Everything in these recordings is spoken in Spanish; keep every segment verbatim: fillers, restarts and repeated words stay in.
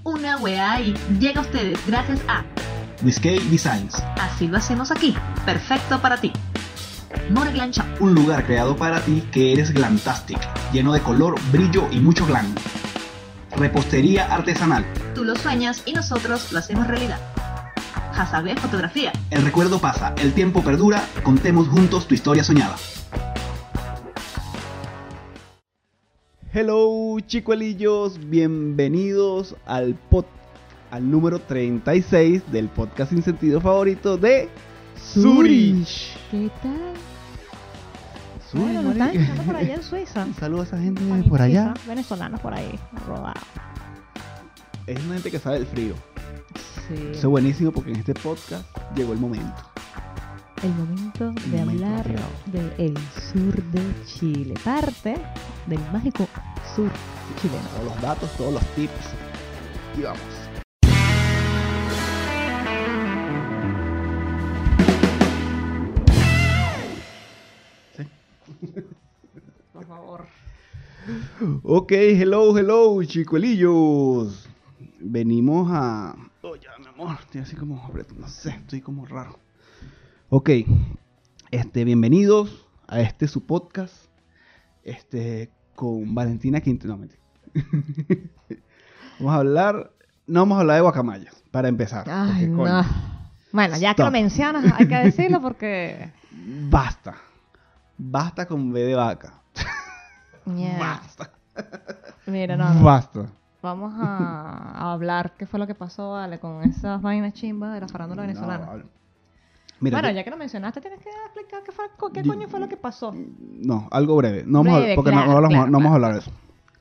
Una weá ahí llega a ustedes gracias a Whiskey Designs. Así lo hacemos aquí, perfecto para ti. More Glam Shop, Un lugar creado para ti que eres glamtastic, lleno de color, brillo y mucho glam. Repostería artesanal. tú lo sueñas y nosotros lo hacemos realidad. Hasabe Fotografía, El recuerdo pasa, el tiempo perdura, contemos juntos tu historia soñada. Hello chicuelillos, bienvenidos al pod, al número treinta y seis del podcast sin sentido favorito de Zurich. ¿Qué tal? Zurich, Bueno, nos están marica. escuchando por allá en Suiza. Saludos a esa gente En por allá. Suiza, venezolanos por ahí, rodados. Es una gente que sabe del frío. Sí. Eso es buenísimo porque en este podcast llegó el momento. El momento El de momento hablar llegado. del sur de Chile, parte del mágico sur chileno. Todos los datos, todos los tips. Y vamos. Por favor. Ok, hello, hello, chicuelillos. Venimos a... Oh, ya, mi amor, estoy así como... No sé, estoy como raro. Ok, este, bienvenidos a este su podcast. Este, con Valentina Quintero. No, mentira. Vamos a hablar... No vamos a hablar de guacamayas, para empezar. Ay, porque, no. coño, Bueno, ya que Stop. lo mencionas, hay que decirlo porque... Basta. Basta con B de vaca. Yeah. Basta. Mira, no, no. Basta. Vamos a, a hablar qué fue lo que pasó, vale, con esas vainas chimbas de la farándula venezolana. No, vale. Mira, Bueno, yo- ya que lo mencionaste, tienes que explicar qué, fue, qué Yo- coño fue lo que pasó. No, algo breve. No vamos Breve, a, porque claro, no, no hablamos- claro, no vamos a claro. hablar de eso.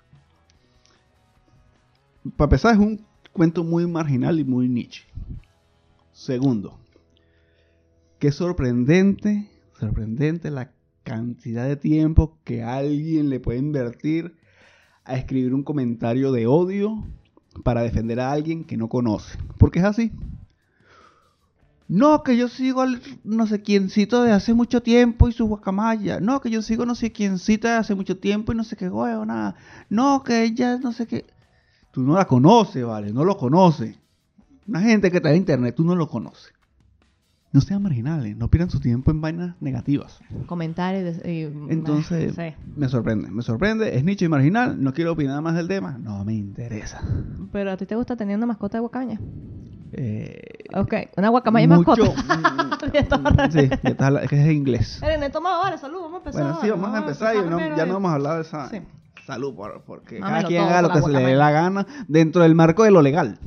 Para empezar, es un cuento muy marginal y muy niche. Segundo, qué sorprendente, sorprendente la cantidad de tiempo que alguien le puede invertir a escribir un comentario de odio para defender a alguien que no conoce. Porque es así. No, que yo sigo al no sé quiéncito de hace mucho tiempo y su guacamaya. No, que yo sigo no sé quiéncito de hace mucho tiempo y no sé qué huevo, nada. No, que ella no sé qué. Tú no la conoces, vale, no lo conoces. Una gente que está en internet, tú no lo conoces. No sean marginales, no pierdan su tiempo en vainas negativas. Comentarios de- y... Entonces, Sí. me sorprende, me sorprende. Es nicho y marginal, no quiero opinar más del tema, no me interesa. Pero a ti te gusta tener una mascota de guacamayas. Eh, Ok, una guacamaya mucho, mascota. mm, Ya estaba al sí, ya está, es que es en inglés. Miren, he tomado, vale, salud, vamos a empezar. Bueno, sí, vamos a empezar y no- primero ya y- no vamos a hablar de esa Sí. salud, por- porque Mámelo cada quien todo haga lo por que la se le dé la guacamaya. gana dentro del marco de lo legal.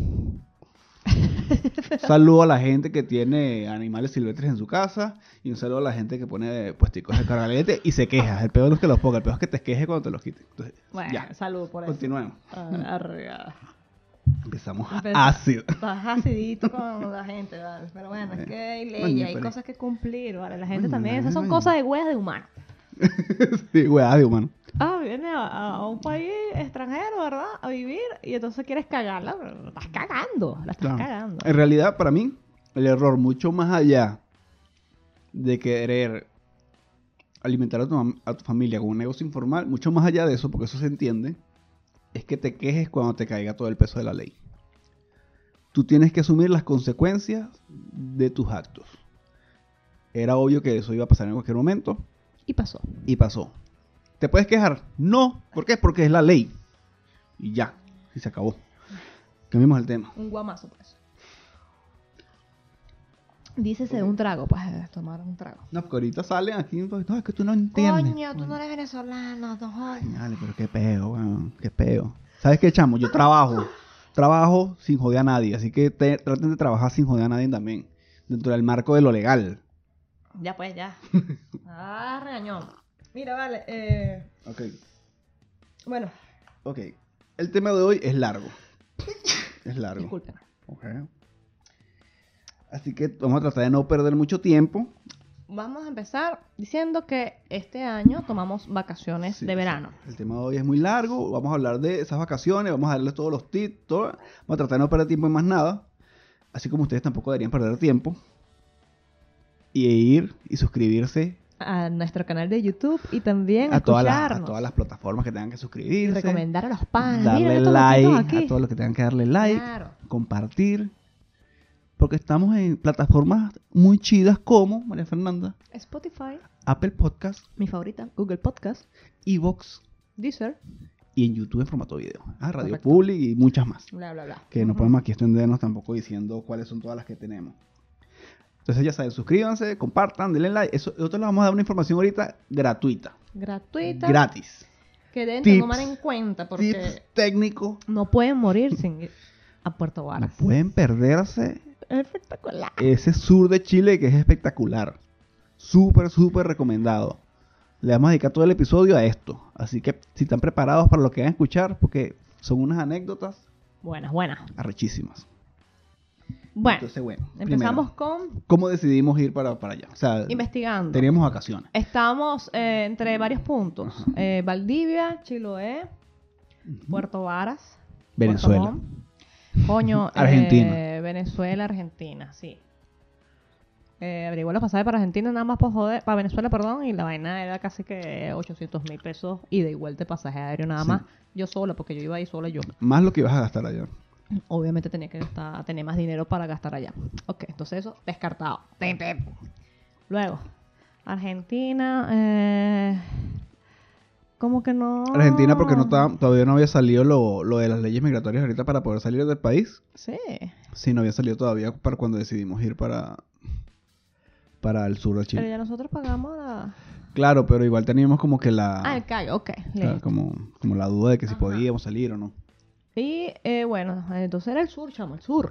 Saludo a la gente que tiene animales silvestres en su casa y un saludo a la gente que pone puesticos de cargalete y se queja. El peor no es que los ponga, el peor es que te quejes cuando te los quiten. Entonces, Bueno, ya, salud por eso. continuemos. Ah, arriba. Empezamos Empezamos. ácido. Estás acidito con la gente, ¿vale? Pero bueno, es que hay leyes, Coño, hay pero- cosas que cumplir, ¿vale? La gente Coño, también, esas son coño. cosas de huellas de humano. Sí, weá de humano. Ah, viene a, a un país extranjero, ¿verdad? A vivir y entonces quieres cagarla, pero la estás cagando, la estás Claro. cagando. En realidad, para mí, el error mucho más allá de querer alimentar a tu, mam- a tu familia con un negocio informal, mucho más allá de eso, porque eso se entiende, es que te quejes cuando te caiga todo el peso de la ley. Tú tienes que asumir las consecuencias de tus actos. Era obvio que eso iba a pasar en cualquier momento Y pasó. y pasó. ¿Te puedes quejar? No. ¿Por qué? Porque es la ley. Y ya. Y se acabó. Cambiemos el tema. Un guamazo, pues. Dícese de un trago, pues, de tomar un trago. No, porque ahorita salen aquí, pues, no, es que tú no entiendes. Coño, tú no eres venezolano, no jodas. Dale, pero qué peo, weón, qué peo. ¿Sabes qué, chamo? Yo trabajo, trabajo sin joder a nadie, así que te- traten de trabajar sin joder a nadie también, dentro del marco de lo legal. Ya, pues, ya. Ah, regañón. Mira, vale, eh... Ok, Bueno, ok. El tema de hoy es largo. Es largo. disculpen. Ok. Así que vamos a tratar de no perder mucho tiempo. Vamos a empezar diciendo que este año tomamos vacaciones Sí, de sí. verano. El tema de hoy es muy largo. Vamos a hablar de esas vacaciones. Vamos a darles todos los tips. Todo. Vamos a tratar de no perder tiempo en más nada. Así como ustedes tampoco deberían perder tiempo. Y ir y suscribirse a nuestro canal de YouTube y también a, A todas, las, a escucharnos. todas las plataformas que tengan que Y suscribirse. recomendar a los panas. Darle Miren estos like loquitos aquí. a todos los que tengan que darle like. Claro. Compartir. Porque estamos en plataformas muy chidas como, María Fernanda, Spotify, Apple Podcast, mi favorita, Google Podcast, Evox Deezer, y en YouTube en formato video. Ah, Radio Correcto. Public y muchas más. bla, bla, bla. Que no Ujú. podemos aquí extendernos tampoco diciendo cuáles son todas las que tenemos. Entonces ya saben, suscríbanse, compartan, denle like. Eso, nosotros les vamos a dar una información ahorita gratuita. Gratuita. Gratis. que deben Tips, tomar en cuenta porque Tips técnicos. no pueden morir sin ir a Puerto No Varas. pueden perderse Es espectacular. ese sur de Chile que es espectacular. Súper, súper recomendado. Le vamos a dedicar todo el episodio a esto. Así que si están preparados para lo que van a escuchar, porque son unas anécdotas Buenas, buenas. arrechísimas. Bueno, Entonces, bueno, empezamos primero, con ¿cómo decidimos ir para, para allá? O sea, investigando. teníamos vacaciones. Estamos eh, entre varios puntos. Ajá. Eh, Valdivia, Chiloé, Puerto Varas, Venezuela. Puerto Montt. Coño, Argentina. eh, Venezuela, Argentina, sí. Eh, averigué los pasajes para Argentina nada más por joder, para Venezuela, perdón, y la vaina era casi que ochocientos mil pesos ida y vuelta de pasaje aéreo nada Sí. más. Yo sola, porque yo iba ahí sola yo. Más lo que ibas a gastar allá. Obviamente tenía que gastar, tener más dinero para gastar allá. Ok, entonces eso, descartado. Tin, tin. Luego, Argentina, eh, ¿cómo que no? Argentina porque no estaba, todavía no había salido lo, lo de las leyes migratorias ahorita para poder salir del país. Sí. Sí, no había salido todavía para cuando decidimos ir para, para el sur de Pero Chile. ya nosotros pagamos la... Claro, pero igual teníamos como que la, Ah, el cague, ok. claro, listo. como, como la duda de que si Ajá. podíamos salir o no. Y eh, bueno, entonces era el sur, chamo, el sur.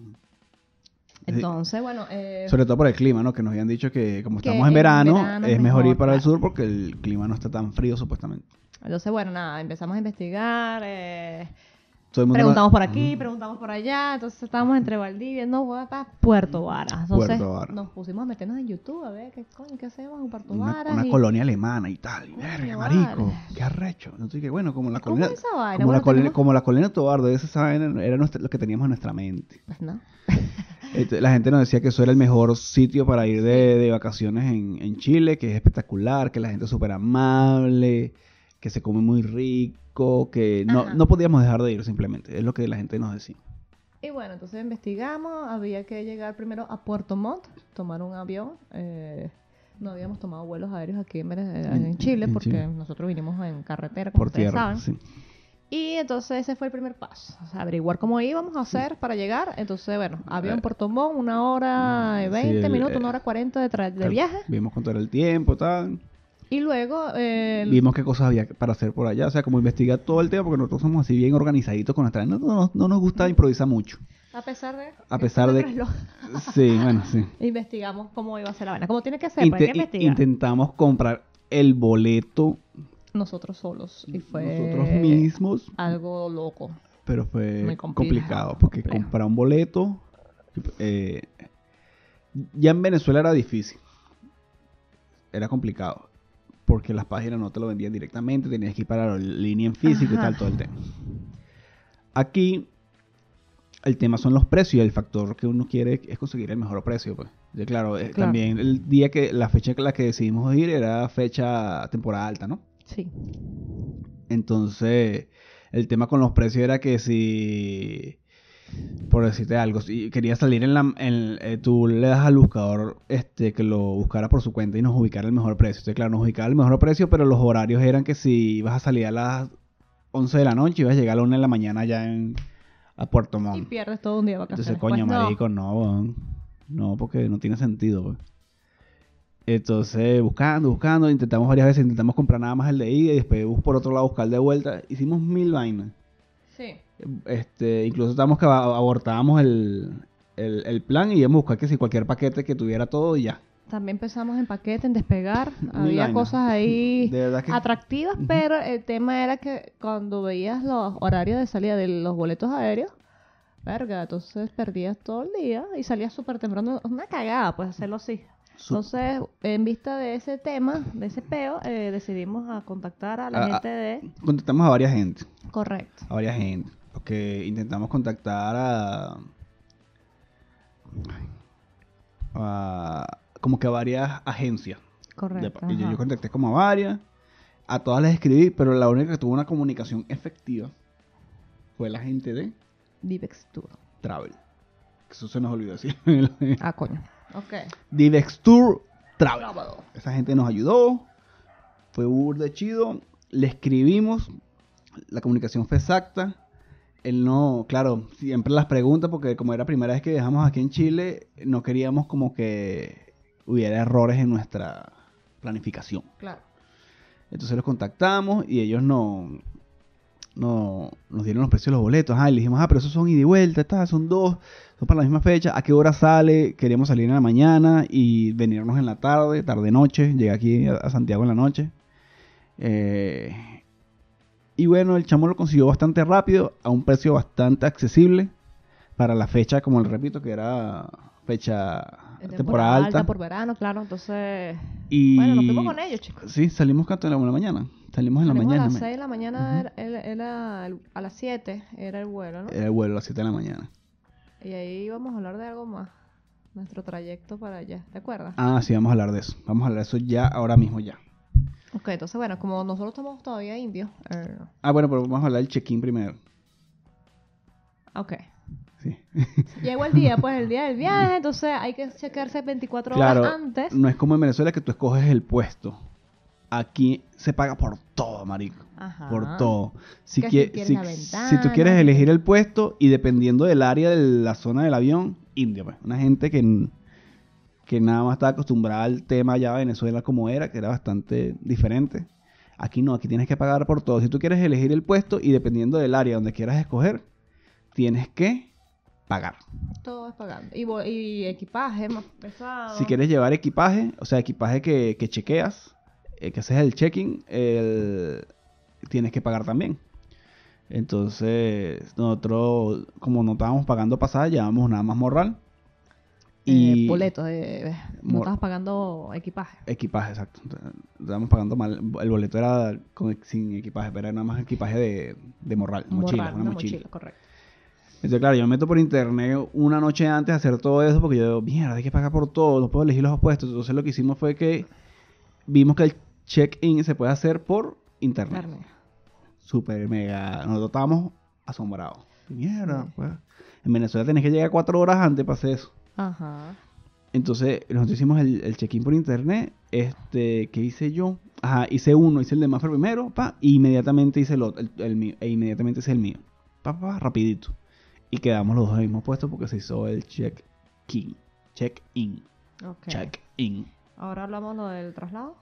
Entonces, bueno, eh, Sobre todo por el clima, ¿no? Que nos habían dicho que como Que estamos en en verano, verano es es mejor ir mejor, para el claro. sur porque el clima no está tan frío supuestamente. entonces, bueno, nada, empezamos a investigar, eh, Todo el mundo preguntamos nos- por aquí, preguntamos por allá, entonces estábamos entre Valdivia, no, voy para Puerto Varas. Entonces Puerto Varas. nos pusimos a meternos en YouTube a ver qué coño, qué hacemos en Puerto Una, Varas. una y- colonia alemana y tal. Y verga, Coño, marico. vale. Qué arrecho. Entonces que bueno, como la ¿Cómo colonia. es esa vaina? Como, la Bueno, colonia tenemos- como la colonia Tobardo, esa vaina era nuestra- lo que teníamos en nuestra mente. Pues no. Este, la gente nos decía que eso era el mejor sitio para ir de, de vacaciones en, en Chile, que es espectacular, que la gente es súper amable, que se come muy rico, que no, Ajá. no podíamos dejar de ir simplemente. Es lo que la gente nos decía. Y bueno, entonces investigamos, había que llegar primero a Puerto Montt, tomar un avión. eh, no habíamos tomado vuelos aéreos aquí en, Vene- en En- Chile en porque Chile. nosotros vinimos en carretera, como Por ustedes tierra. saben. Sí. Y entonces ese fue el primer paso, o sea, averiguar cómo íbamos a hacer para llegar. Entonces, bueno, avión Puerto Montt, una hora y Sí, veinte el, minutos, eh, una hora cuarenta de, tra- de viaje. Vimos cuánto era el tiempo, tal. Y luego, eh, el- Vimos qué cosas había para hacer por allá. O sea, como investigar todo el tema, porque nosotros somos así bien organizaditos con nuestra... No, no, no nos gusta improvisar mucho. a pesar de... A pesar de... reloj, Sí, bueno, sí. investigamos cómo iba a ser la vaina. Como tiene que ser, pues hay Inte- que investigar. intentamos comprar el boleto Nosotros solos. Y fue nosotros mismos, algo loco. pero fue Muy complicado, complicado, porque complejo. comprar un boleto eh, ya en Venezuela era difícil, era complicado, porque las páginas no te lo vendían directamente, tenías que ir para la línea en físico y Ajá. tal, todo el tema. Aquí el tema son los precios y el factor que uno quiere es conseguir el mejor precio, pues. Y claro, eh, Claro. también el día que la fecha en la que decidimos ir era fecha temporada alta, ¿no? Sí. Entonces, el tema con los precios era que si, por decirte algo, si querías salir en la, en, eh, tú le das al buscador este que lo buscara por su cuenta y nos ubicara el mejor precio. Entonces, claro, nos ubicaba el mejor precio, pero los horarios eran que si ibas a salir a las once de la noche, ibas a llegar a la una de la mañana ya en, a Puerto Y Montt. pierdes todo un día de vacaciones. Entonces, coño, Pues no. marico, no, weón. No, porque no tiene sentido, pues. Entonces, buscando, buscando, intentamos varias veces, intentamos comprar nada más el de ida y después bus- por otro lado buscar el de vuelta. Hicimos mil vainas. Sí. Este, incluso estábamos que aba- abortábamos el, el, el plan y íbamos a buscar que si cualquier paquete que tuviera todo y ya. También pensamos en paquete, en despegar. Mil Había vainas. cosas ahí De verdad que atractivas, Ujú. pero el tema era que cuando veías los horarios de salida de los boletos aéreos, verga, entonces perdías todo el día y salías súper temprano. Una cagada, pues hacerlo así. su- Entonces, en vista de ese tema, de ese peo, eh, decidimos a contactar a la Ah, gente de... contactamos a varias gente. Correcto. A varias gente. Porque intentamos contactar a, a como que a varias agencias Correcto. De- yo, ajá. yo contacté como a varias. A todas les escribí, pero la única que tuvo una comunicación efectiva fue la gente de Divex Tour. Travel. Eso se nos olvidó decir. Ah, coño. Ok. Divex Tour Travel. Sábado. Esa gente nos ayudó. Fue burda de chido. Le escribimos. La comunicación fue exacta. Él no, claro, siempre las preguntas, porque como era la primera vez que viajamos aquí en Chile, no queríamos como que hubiera errores en nuestra planificación. Claro. Entonces los contactamos y ellos no, no nos dieron los precios de los boletos. Ah, y le dijimos, ah, pero esos son ida y vuelta, está, son dos, son para la misma fecha. ¿A qué hora sale? Queríamos salir en la mañana y venirnos en la tarde, tarde-noche. Llegué aquí a, a Santiago en la noche. Eh, y bueno, el chamo lo consiguió bastante rápido, a un precio bastante accesible para la fecha, como les repito, que era fecha En temporada alta. por verano, claro. Entonces, Y bueno, nos fuimos con ellos, chicos. sí, salimos canto en la mañana. Salimos en la Salimos mañana. a las me- seis de la mañana, era, era- era el- a las siete era el vuelo, ¿no? Era el vuelo a las siete de la mañana. Y ahí íbamos a hablar de algo más. Nuestro trayecto para allá, ¿te acuerdas? Ah, sí, vamos a hablar de eso. Vamos a hablar de eso ya, ahora mismo ya. Ok, entonces, bueno, como nosotros estamos todavía indios. eh, Ah, bueno, pero vamos a hablar del check-in primero. ok. Sí. Llegó el día, pues el día del viaje, entonces hay que chequearse veinticuatro Claro, horas antes. no es como en Venezuela que tú escoges el puesto. Aquí se paga por todo, marico. Ajá. Por todo. Si, Que quie- si quieres si, la si tú ventana, quieres que- elegir el puesto y dependiendo del área de la zona del avión, indio, pues. Una gente que, que nada más estaba acostumbrada al tema allá de Venezuela como era, que era bastante diferente. Aquí no, aquí tienes que pagar por todo. Si tú quieres elegir el puesto y dependiendo del área donde quieras escoger, tienes que pagar. Todo es pagando. Y, bo- y equipaje más pesado. Si quieres llevar equipaje, o sea, equipaje que, que chequeas, eh, que haces el check-in, el- tienes que pagar también. Entonces, nosotros, como no estábamos pagando pasaje, llevamos nada más morral. Y Y boletos. eh, no Mor- estabas pagando equipaje. equipaje, exacto. Entonces, estábamos pagando mal. El boleto era con- sin equipaje, pero era nada más equipaje de, de morral, mochila, Morral, una, mochila. correcto. Entonces, claro, yo me meto por internet una noche antes a hacer todo eso porque yo digo, mierda, hay que pagar por todo, no puedo elegir los puestos. Entonces, lo que hicimos fue que vimos que el check-in se puede hacer por internet. Carne. Súper mega. Nosotros estábamos asombrados. Mierda, Sí. pues. En Venezuela tenés que llegar cuatro horas antes para hacer eso. Ajá. Entonces, nosotros hicimos el, el check-in por internet. Este, ¿qué hice yo? Ajá, hice uno, hice el de Maffer primero, pa, y inmediatamente hice el otro, el, el mío, e inmediatamente hice el mío. Pa, pa, rapidito. Y quedamos los dos en el mismo puesto porque se hizo el check-in. Check-in. Ok. Check-in. Ahora hablamos lo del traslado.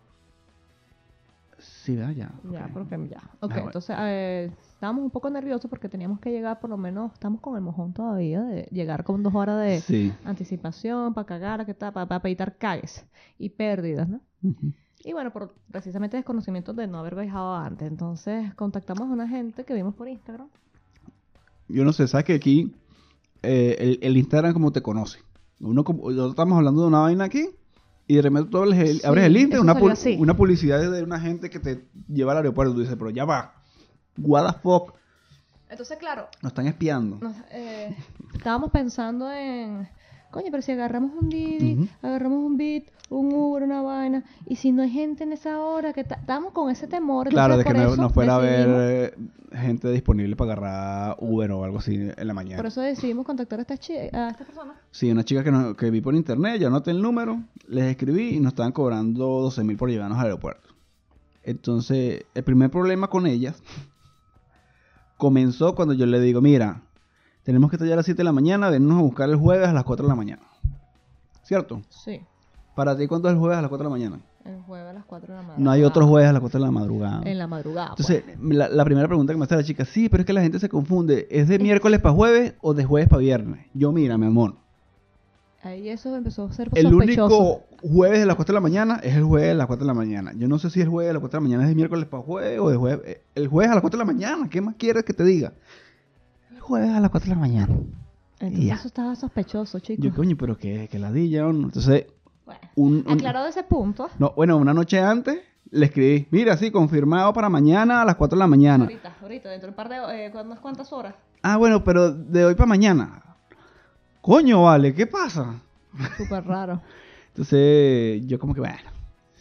Sí, ¿verdad? Ya. Ya, ok. porque ya. Ok, bueno. entonces eh, estábamos un poco nerviosos porque teníamos que llegar, por lo menos, estamos con el mojón todavía, de llegar con dos horas de Sí. anticipación para cagar, ¿qué tal? Para, para evitar cagues y pérdidas, ¿no? Ujú. Y bueno, por precisamente desconocimiento de no haber viajado antes. Entonces contactamos a una gente que vimos por Instagram. Yo no sé, sabes que aquí eh, el, el Instagram como te conoce. Uno como, nosotros estamos hablando de una vaina aquí y de repente tú abres el, Sí, abres el Instagram, eso una, salió pu- así. una publicidad de una gente que te lleva al aeropuerto. Tú dices, pero ya va, what the fuck, Entonces, claro, nos están espiando. nos, eh, estábamos pensando en, coño, pero si agarramos un Didi, Ujú. agarramos un Bit, un Uber, una vaina, y si no hay gente en esa hora, que ta- estábamos con ese temor. Claro, de entonces que por no, eso no fuera a haber decidimos- eh, gente disponible para agarrar Uber o algo así en la mañana. Por eso decidimos contactar a esta, chi- a esta persona. Sí, una chica que, nos- que vi por internet, ya anoté el número, les escribí y nos estaban cobrando doce mil por llevarnos al aeropuerto. Entonces, el primer problema con ellas comenzó cuando yo le digo, mira, tenemos que estar ya a las siete de la mañana, venirnos a buscar el jueves a las cuatro de la mañana. ¿Cierto? Sí, Para ti, ¿cuánto es el jueves a las cuatro de la mañana? el jueves a las cuatro de la madrugada. No hay otro jueves a las cuatro de la madrugada. En la madrugada. Entonces, la, la primera pregunta que me hace la chica, sí, pero es que la gente se confunde, ¿es de miércoles para jueves o de jueves para viernes? Yo, mira, mi amor, pues. Ahí eso empezó a ser el sospechoso. único jueves de las cuatro de la mañana es el jueves de las cuatro de la mañana. Yo no sé si el jueves de las cuatro de la mañana es de miércoles para jueves o de jueves. eh, El jueves a las cuatro de la mañana, ¿qué más quieres que te diga? El jueves a las cuatro de la mañana. Entonces Ya. eso estaba sospechoso, chicos. Yo, coño, pero que, que ladilla, ¿no? Entonces, Bueno, un, un- aclarado ese punto. no, bueno, una noche antes le escribí, mira, sí, confirmado para mañana a las cuatro de la mañana. Ahorita, ahorita, dentro de un par de... Eh, ¿cuántas, ¿Cuántas horas? Ah, bueno, pero de hoy para mañana. Coño, vale, ¿qué pasa? Súper raro. Entonces, yo como que, bueno,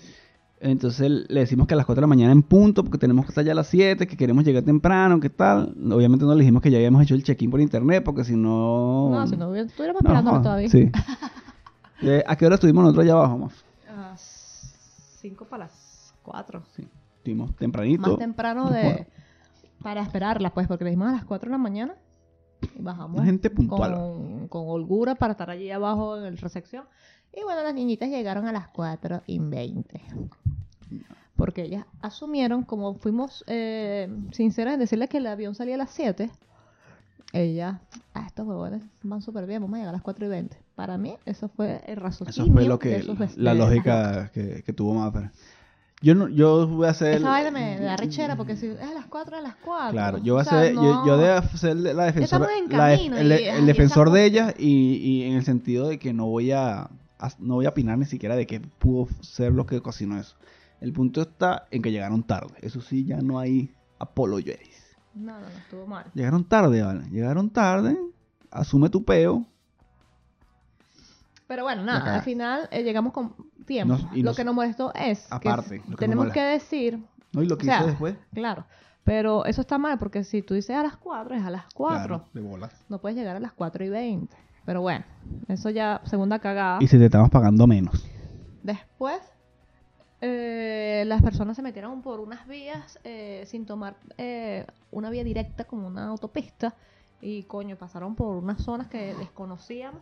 Entonces le decimos que a las cuatro de la mañana en punto, porque tenemos que estar ya a las siete, que queremos llegar temprano, ¿qué tal? Obviamente no le dijimos que ya habíamos hecho el check-in por internet, porque si no... No, si no, estuviéramos No, esperándolo joda, todavía. Sí. Eh, ¿A qué hora estuvimos nosotros allá abajo, más? A cinco para las cuatro. Sí. Estuvimos tempranito. Más temprano de... Para esperarla, pues, porque le dijimos a las cuatro de la mañana. Y bajamos Una gente puntual. con, con holgura para estar allí abajo en el recepción. Y bueno, las niñitas llegaron a las cuatro y veinte. Porque ellas asumieron, como fuimos eh, sinceras en decirles que el avión salía a las siete, ellas, ah, estos huevones van súper bien, vamos a llegar a las cuatro y veinte. Para mí, eso fue el raciocinio. Eso fue lo de que... esos vest- La de- lógica que, que tuvo Maffer. Yo no, yo voy a hacer... Esa vaina me da rechera, porque si es a las cuatro, a las cuatro. Claro, yo voy a O sea, ser, yo, no. yo debo ser la defensora, estamos en la def- camino el, y- el ay, defensor esa de cosa. ellas y, y en el sentido de que no voy a, a- no voy a opinar ni siquiera de que pudo ser lo que cocinó eso. El punto está en que llegaron tarde. Eso sí, ya no hay apologies. No, no, no, estuvo mal. Llegaron tarde, ¿vale? Llegaron tarde. Asume tu peo. Pero bueno, La nada, cagaste. al final eh, llegamos con tiempo. Nos- y lo nos- que nos molestó es Aparte, que lo que tenemos nos que molesta. decir, ¿No? Y lo que o sea, hice después. claro, pero eso está mal porque si tú dices a las cuatro, es a las cuatro. Claro, de bolas. No puedes llegar a las cuatro y veinte. Pero bueno, eso ya, segunda cagada. Y si te estamos pagando menos. Después, eh, las personas se metieron por unas vías eh, sin tomar eh, una vía directa como una autopista. Y coño, pasaron por unas zonas que desconocíamos.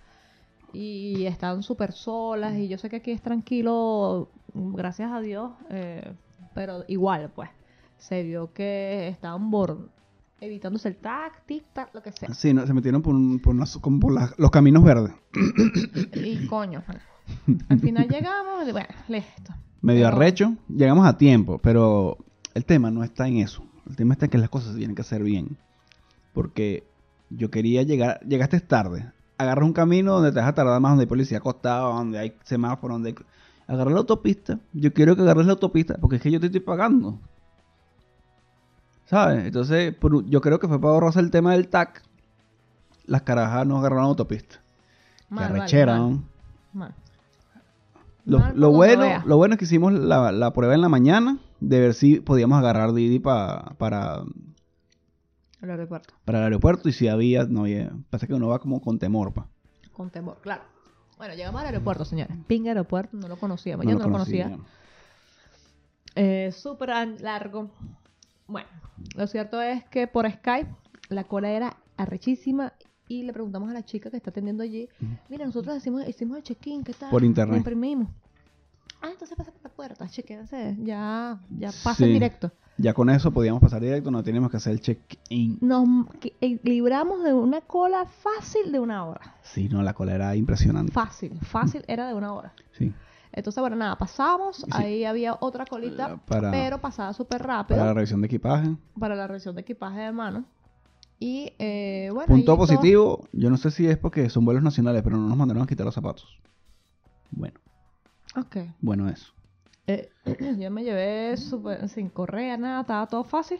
Y estaban súper solas. Y yo sé que aquí es tranquilo, gracias a Dios. eh, pero igual, pues, se vio que estaban bor- evitándose el tac, tic, tac, lo que sea. Sí, no, se metieron por, un- por, unas- como por las- los caminos verdes. Y coño, al final llegamos y bueno, listo. Medio Pero- arrecho, llegamos a tiempo, pero el tema no está en eso. El tema está en que las cosas se tienen que hacer bien. Porque yo quería llegar, llegaste tarde. Agarras un camino donde te vas a tardar más, donde hay policía acostada, donde hay semáforos, donde hay... Agarra la autopista. Yo quiero que agarres la autopista porque es que yo te estoy pagando. ¿Sabes? Entonces, por- yo creo que fue para ahorrarse el tema del T A C. Las carajas no agarraron autopista. Que Mal, vale, arrechera, mal, ¿no? mal. Lo, Mal lo como bueno, no veas. lo bueno es que hicimos la, la prueba en la mañana de ver si podíamos agarrar Didi pa- para, El aeropuerto. para el aeropuerto y si había, no había. Pasa que uno va como con temor, pa. Con temor, claro. Bueno, llegamos al aeropuerto, señores. Ping aeropuerto, no lo conocíamos. No Yo lo no lo conocía. conocía. Eh, Súper an- largo. Bueno, lo cierto es que por Skype la cola era arrechísima y le preguntamos a la chica que está atendiendo allí, mira, nosotros hicimos, hicimos el check-in, ¿qué tal? Por internet. Lo imprimimos. Ah, entonces pasa por la puerta, chequéense, ya, ya pasa en Sí. directo. Ya con eso podíamos pasar directo, no teníamos que hacer el check-in. Nos que- eh, libramos de una cola fácil de una hora. Sí, no, la cola era impresionante. Fácil, fácil era de una hora. Sí. Entonces, bueno, nada, pasamos, Sí. ahí había otra colita, La- para- pero pasaba súper rápido Para la revisión de equipaje. para la revisión de equipaje de mano. Y, eh, bueno... Punto ahí todo- positivo, yo no sé si es porque son vuelos nacionales, pero no nos mandaron a quitar los zapatos. Bueno, Ok. bueno eso. Eh, yo me llevé súper sin correa, nada, estaba todo fácil.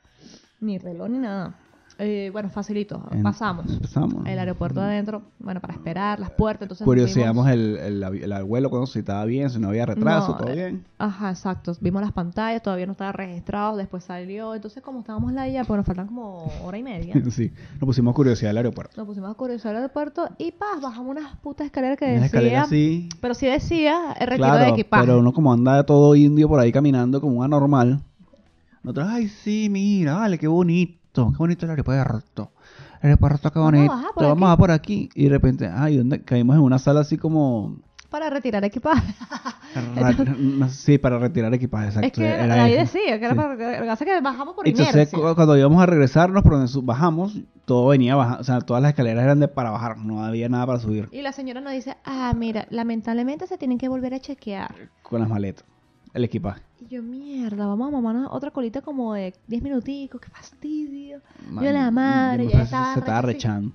Ni reloj ni nada. Eh, bueno, facilito, En- pasamos. Empezamos. El aeropuerto adentro, bueno, para esperar, las puertas, entonces... nos Curioseamos fuimos- el, el, avi- el vuelo cuando si estaba bien, si no había retraso, No, todo eh, bien. Ajá, exacto. Vimos las pantallas, todavía no estaba registrado, después salió. Entonces, como estábamos la ya, pues nos faltan como hora y media. Sí, nos pusimos curiosidad del aeropuerto. Nos pusimos a curiosidad al aeropuerto y paz, bajamos unas putas escaleras que Una decía... escalera así. Pero sí decía el retiro Claro, de equipaje. pero uno como anda todo indio por ahí caminando como un anormal. Nosotros, ay, sí, mira, vale, qué bonito, qué bonito el aeropuerto. El aeropuerto, qué Vamos a bonito. bajar por Vamos aquí. a bajar por aquí. Y de repente, ay, ¿dónde? Caímos en una sala así como... Para retirar equipaje. ra- no, sí, para retirar equipaje, exacto. es que era ahí eso. decía que era Sí. para... Lo que pasa es que bajamos por Entonces, inercia. cu- cuando íbamos a regresarnos, por donde su- bajamos, todo venía bajando. O sea, todas las escaleras eran de para bajar. No había nada para subir Y la señora nos dice, ah, mira, lamentablemente se tienen que volver a chequear. con las maletas. El equipaje. Y yo, mierda, vamos a mamarnos otra colita como de diez minuticos, qué fastidio. Man, yo la madre, yo me ya parece que estaba... se estaba re- rechando.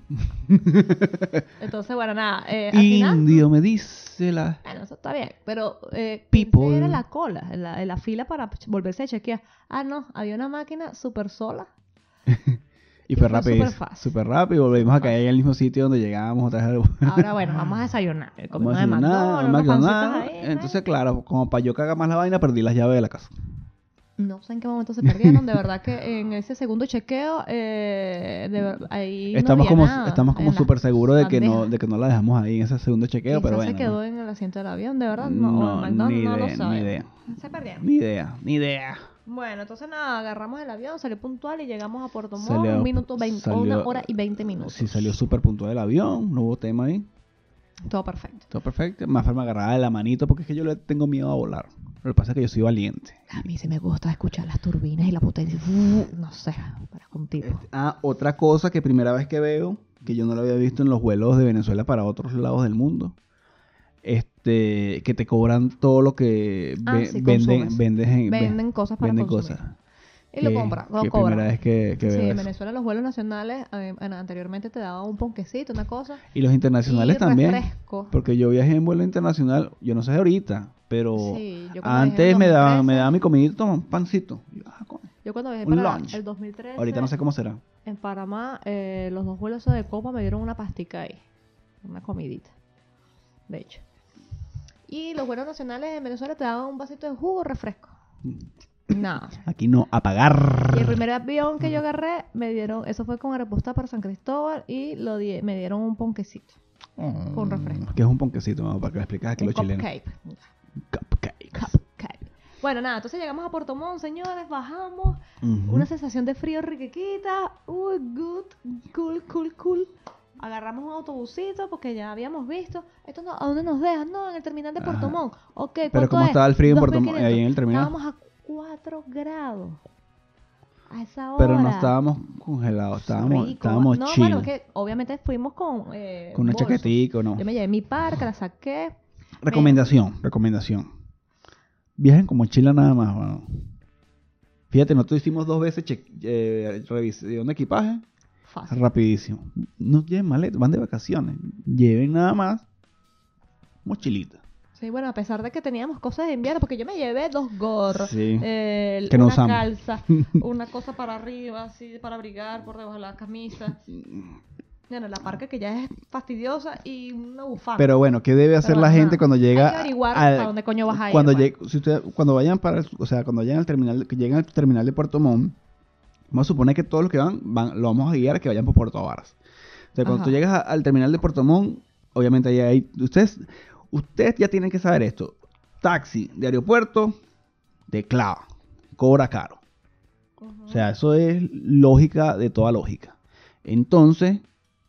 Entonces, bueno, nada, eh, al final... Indio, me dice la... Bueno, eso está bien, pero eh, People. pensé era la cola, en la, en la fila para ch- volverse a chequear. Ah, no, había una máquina súper sola. Y fue fue rápido. súper fácil. Súper rápido. Volvimos a caer en el mismo sitio donde llegábamos otra vez. Ahora bueno, vamos a desayunar. Comimos Vamos a de desayunar, McDonald's, unos McDonald's. pancitos ahí, ¿no? Entonces, claro, como para yo cagar más la vaina, perdí las llaves de la casa. No sé en qué momento se perdieron, de verdad que en ese segundo chequeo, eh, de ver- ahí Estamos no había como, nada estamos como en la súper seguros de que no, bandeja. de que no la dejamos ahí en ese segundo chequeo, pero Quizás bueno. se quedó no, en el asiento del avión, de verdad, no, o en no, McDonald's, ni no lo idea, sabemos. ni idea, Se perdieron. ni idea, ni idea. Bueno, entonces nada, agarramos el avión, salió puntual y llegamos a Puerto Montt, Salió- un minuto veinte, salió- una hora y veinte minutos. Sí, salió súper puntual el avión, no hubo tema ahí. Todo perfecto. Todo perfecto. Más me agarraba de la manito porque es que yo le tengo miedo a volar. Lo que pasa es que yo soy valiente. A mí sí me gusta escuchar las turbinas y la potencia. Uh, no sé, para contigo. Este, ah, otra cosa que primera vez que veo, que yo no lo había visto en los vuelos de Venezuela para otros lados del mundo, este, que te cobran todo lo que Ah, ve- sí, venden, consumes. vendes en- Venden cosas para venden consumir. cosas. Y lo Que- compran, lo que cobran. primera vez que, que Sí, veo en eso. Venezuela los vuelos nacionales eh, an- anteriormente te daban un ponquecito, una cosa. Y los internacionales y también. refresco. Porque yo viajé en vuelo internacional, yo no sé de ahorita, pero Sí, yo cuando viajé antes en me daban, me dos mil trece, daban mi comidita, un pancito. Y yo, ah, coño, Yo cuando viajé un para lunch. el dos mil trece, ahorita no sé cómo será. en Panamá, eh, los dos vuelos esos de copa me dieron una pastica ahí. Una comidita. De hecho. Y los vuelos nacionales en Venezuela te daban un vasito de jugo o refresco. Nada. Aquí no, a pagar. Y el primer avión que yo agarré, me dieron, eso fue con Aeroposta para San Cristóbal y lo di- me dieron un ponquecito. con refresco. Que es un ponquecito, vamos, para que le expliques aquí a Un los chilenos. cupcake. Cupcakes. Cupcake. Bueno, nada, entonces llegamos a Puerto Montt, señores, bajamos. Ujú. Una sensación de frío riquita. Uy, good, cool, cool, cool. Agarramos un autobusito porque ya habíamos visto. Esto no, ¿a dónde nos dejan? No, en el terminal de Puerto Ajá. Montt. Ok, Pero ¿cuánto ¿cómo es? estaba el frío en Puerto Montt, dos mil quinientos. ahí en el terminal? Estábamos a cuatro grados. A esa hora. Pero no estábamos congelados, estábamos, Rico. estábamos No, chill. bueno, que obviamente fuimos con eh, Con una bolsos. chaquetica o no. Yo me llevé mi parca, la saqué. Recomendación, recomendación. Viajen como Chile nada más, bueno. Fíjate, nosotros hicimos dos veces che- eh, revisión de equipaje. Fácil. Rapidísimo. No lleven maletas, van de vacaciones. Lleven nada más mochilita. Sí, bueno, a pesar de que teníamos cosas de invierno, porque yo me llevé dos gorros, Sí. eh, Que no una usamos. calza, una cosa para arriba, así, para abrigar por debajo de la camisa. Bueno, la parca que ya es fastidiosa y una bufanda. Pero bueno, ¿qué debe hacer Pero, la ajá, gente cuando llega hay que averiguar al- para dónde coño vas a ir, cuando pues. llegue- si usted- cuando vayan para el- o sea, cuando lleguen al terminal, que lleguen al terminal de Puerto Montt, vamos a suponer que todos los que van, van lo vamos a guiar a que vayan por Puerto Varas. O sea, cuando Ajá. tú llegas a- al terminal de Puerto Montt, obviamente ahí hay ustedes ustedes ya tienen que saber esto. Taxi de aeropuerto de clava, cobra caro. Ujú. O sea, eso es lógica de toda lógica. Entonces,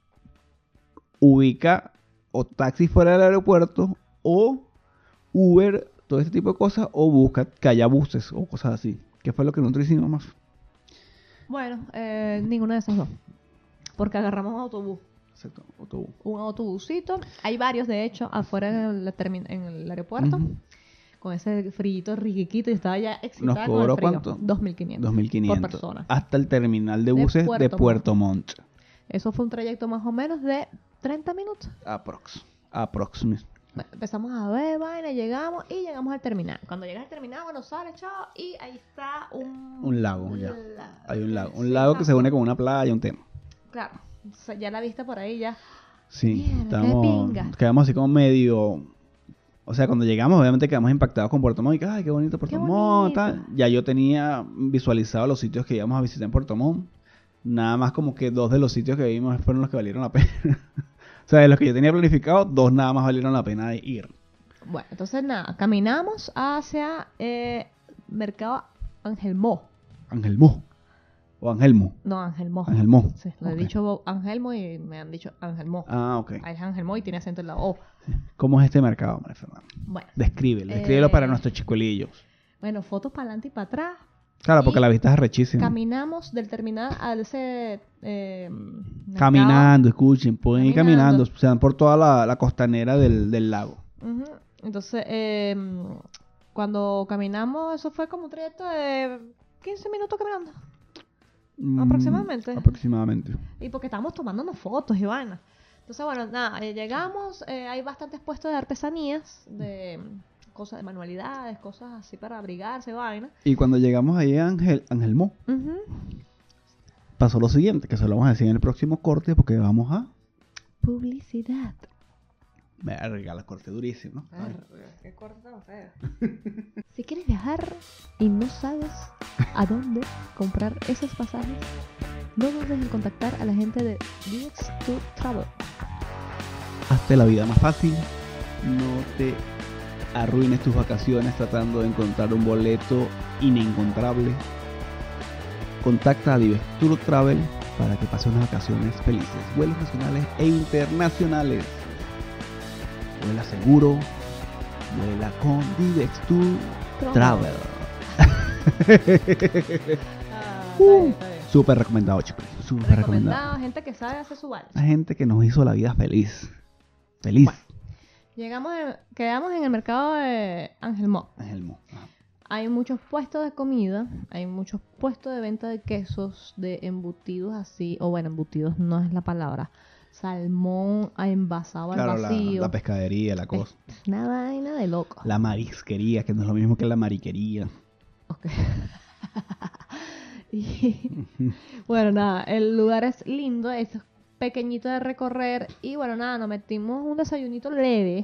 ubica o taxi fuera del aeropuerto o Uber, todo este tipo de cosas, o busca que haya buses o cosas así. ¿Qué fue lo que nosotros hicimos más? Bueno, eh, ninguno de esos dos. Porque agarramos un autobús. Exacto, autobús. Un autobusito. Hay varios, de hecho, afuera en el, termi- en el aeropuerto. Ujú. Con ese frito riquito y estaba ya excitada ¿Nos con el cobró frío. cuánto? dos mil quinientos. dos mil quinientos. Por persona. Hasta el terminal de De buses de Puerto Puerto, Montt. Eso fue un trayecto más o menos de treinta minutos. Aprox. Aprox. Bueno, empezamos a ver vaina, llegamos y llegamos al terminal. Cuando llegas al terminal, bueno, sale, chao, y ahí está un... Un lago, ya. lago. Hay un lago. Un Sí, lago que se exacto. une con una playa, un tema. Claro, o sea, ya la vista por ahí ya... Sí, Mierda, qué estamos, pinga. quedamos así como medio, o sea, cuando llegamos obviamente quedamos impactados con Puerto Montt y que, ay, qué bonito Puerto Qué Montt, bonito. tal. Ya yo tenía visualizado los sitios que íbamos a visitar en Puerto Montt, nada más como que dos de los sitios que vimos fueron los que valieron la pena. O sea, de los que yo tenía planificado, dos nada más valieron la pena de ir. Bueno, entonces nada, caminamos hacia eh, Mercado Angelmó. Angelmo, o Angelmo, No, Angelmó. Angelmo. Sí, lo Ok. he dicho Angelmo y me han dicho Angelmó. Ah, ok. Ahí es Angelmó y tiene acento en la O. ¿Cómo es este mercado, María Fernanda? Bueno, Descríbelo, descríbelo Eh, para nuestros chicuelillos. bueno, fotos para adelante y para atrás. Claro, porque y la vista es rechísima. Caminamos del terminal a ese... Eh, mercado. Caminando, escuchen, pueden ir Caminando. caminando, se dan por toda la, la costanera del, del lago. Ujú. Entonces, eh, cuando caminamos, eso fue como un trayecto de quince minutos caminando. Mm, Aproximadamente. Aproximadamente. Y porque estábamos tomándonos fotos y vainas. Entonces, bueno, nada, eh, llegamos, eh, hay bastantes puestos de artesanías, de mm, cosas de manualidades, cosas así para abrigarse, vainas. Y cuando llegamos ahí a Angel, Angelmo, Ujú. pasó lo siguiente, que se lo vamos a decir en el próximo corte porque vamos a... Publicidad. Verga, la corte durísimo. Qué corte tan feo. Si quieres viajar y no sabes a dónde comprar esos pasajes, no dudes en contactar a la gente de D X dos Travel. Hazte la vida más fácil, no te arruines tus vacaciones tratando de encontrar un boleto inencontrable. Contacta a D X Tour Travel para que pases unas vacaciones felices, vuelos nacionales e internacionales. Vuela seguro, vuela con D X Tour Travel. Ah, Uh, está bien, está bien. Súper recomendado, chicos. Súper recomendado. Recomendado, gente que sabe hacer su vals. La gente que nos hizo la vida feliz. Feliz. Bueno. Llegamos, en- quedamos en el mercado de Ángel Mo. Ángel Mo. Ajá. Hay muchos puestos de comida, hay muchos puestos de venta de quesos, de embutidos así, o bueno, embutidos no es la palabra. Salmón envasado Claro, al la, vacío. la pescadería, la cosa. Una vaina de loco. La marisquería, que no es lo mismo que la mariquería. Ok. Y, bueno, nada, el lugar es lindo, es pequeñito de recorrer. Y bueno, nada, nos metimos un desayunito leve.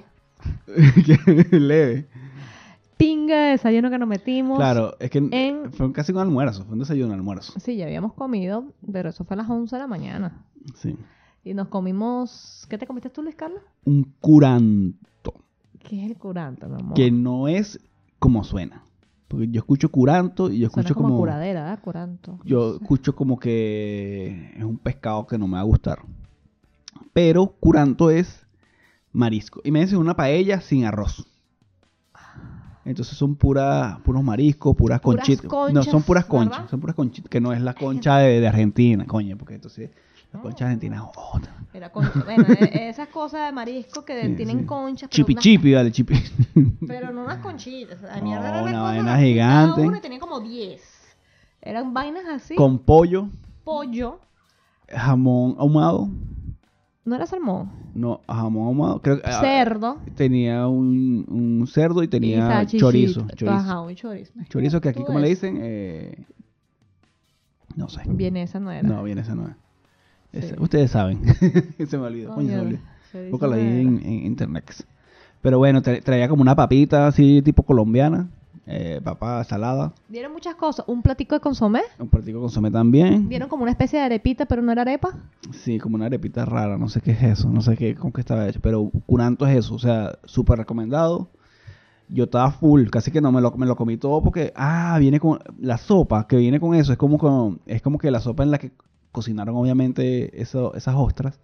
Leve. Pinga de desayuno que nos metimos. Claro, es que en- fue casi un almuerzo, fue un desayuno almuerzo. Sí, ya habíamos comido, pero eso fue a las once de la mañana. Sí. Y nos comimos... ¿Qué te comiste tú, Luis Carlos? Un curanto, ¿Qué es el curanto, mi amor? que no es como suena. Porque yo escucho curanto y yo Suena escucho como, como... curadera, ¿verdad? Curanto. Yo escucho como que es un pescado que no me va a gustar. Pero curanto es marisco. Y me dicen una paella sin arroz. Entonces son puras, puros mariscos, puras, Puras conchitas. No, conchas, son puras conchas. ¿verdad? Son puras conchitas. Que no es la concha de, de Argentina, coño. Porque entonces la concha argentina es otra. Era con... bueno, e- esas cosas de marisco que Sí, tienen sí. conchas. pero Chipi unas- chipi, dale, chipi. Pero no unas conchitas. La No, mierda era una cosa vaina así, gigante. cada una tenía como diez. Eran vainas así. Con pollo, Pollo. jamón ahumado. No era salmón. No, jamón ahumado. Creo que ah, Cerdo. tenía un, un cerdo y Y tenía salchichita. chorizo. Chorizo. Ajá, un chorizo. Chorizo que aquí, Todo como le eso. dicen, eh, no sé. Bien, esa no era. No, bien, esa no es. Esa- Sí. Ustedes saben. Se me olvidó. Coño, se me Coño, olvidó. chorizo Búscalo ahí no era. en, en internet. Pero bueno, tra- traía como una papita así tipo colombiana. Eh, papa salada. Dieron muchas cosas. Un platico de consomé. Un partido con consomé también. Dieron como una especie de arepita, pero no era arepa. Sí, como una arepita rara. No sé qué es eso. No sé qué, con qué estaba hecho. Pero curanto es eso. O sea, súper recomendado. Yo estaba full. Casi que no me lo, me lo comí todo porque... Ah, viene con... La sopa que viene con eso. Es como, con, es como que la sopa en la que cocinaron obviamente eso, esas ostras.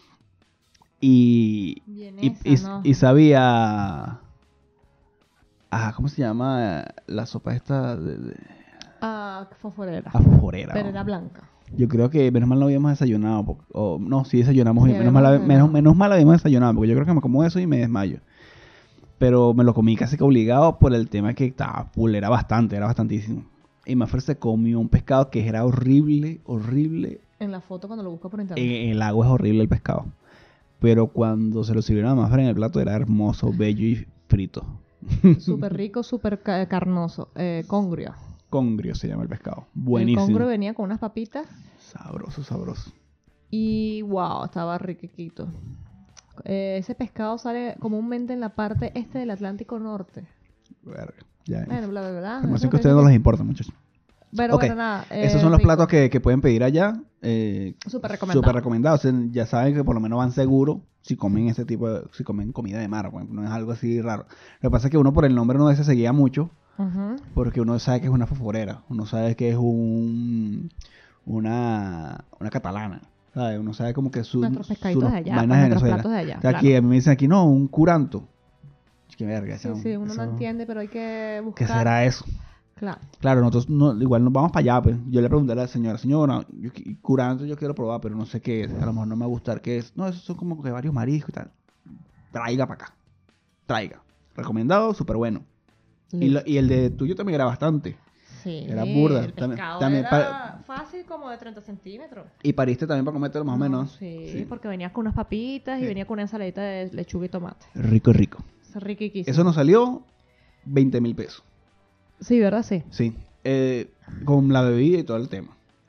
Y... Bien Y, esa, y- ¿no? y sabía... Ah, ¿cómo se llama la sopa esta? De, de- Ah, fosforera. ah, fosforera. Pero ¿no? era blanca. Yo creo que menos mal no habíamos desayunado. porque- o, no, sí desayunamos Sí, bien. Menos mal, habíamos menos, desayunado. menos mal habíamos desayunado. Porque yo creo que me como eso y me desmayo. Pero me lo comí casi que obligado por el tema que estaba full. Era bastante, era bastantísimo. Y Maffer se comió un pescado que era horrible, horrible. En la foto cuando lo busco por internet. En, en el agua es horrible el pescado. Pero cuando se lo sirvieron a Maffer en el plato era hermoso, bello y frito. Súper rico, súper ca- carnoso. Eh, congrio. Congrio se llama el pescado. El Buenísimo. congrio venía con unas papitas. Sabroso, sabroso. Y wow, estaba riquito. Eh, ese pescado sale comúnmente en la parte este del Atlántico Norte. Verga, ya. Bueno, bla, bla, bla. Información Eso que a ustedes no tengo les importa, muchachos. Pero Ok, bueno, nada. eh, Esos son los rico. platos que, que pueden pedir allá. Eh, Súper recomendado. Súper recomendados. O sea, ya saben que por lo menos van seguros si comen este tipo de... Si comen comida de mar, pues, no es algo así raro. Lo que pasa es que uno por el nombre no se seguía mucho. Ujú. Porque uno sabe que es una fosforera. Uno sabe que es un... Una... Una catalana. ¿Sabes? Uno sabe como que su... Nuestros pescaditos sus de allá, vainas pues, de nuestros Venezuela. platos de allá, O sea, aquí claro. a mí me dicen aquí, no, un curanto. Qué verga. Sí, eso- sí, uno no eso- entiende, pero hay que ¿Qué buscar. será eso? Claro. Claro, nosotros no, igual nos vamos para allá, pues. Yo le pregunté a la señora, señora, yo, qui- curanto yo quiero probar, pero no sé qué es. A lo mejor no me va a gustar qué es. No, esos son como que varios mariscos y tal. Traiga para acá. Traiga. Recomendado, súper bueno. Y, lo- y el de tuyo también era bastante. Sí, era burda. El También- pescado también era pa- fácil como de treinta centímetros. Y pariste también para comértelo más o No, menos. Sí, Sí. porque venía con unas papitas y Sí. venía con una ensaladita de lechuga y tomate. Rico, rico. Es riquísimo. Eso nos salió veinte mil pesos. Sí, ¿verdad? Sí. Sí. Eh, con la bebida y todo el tema.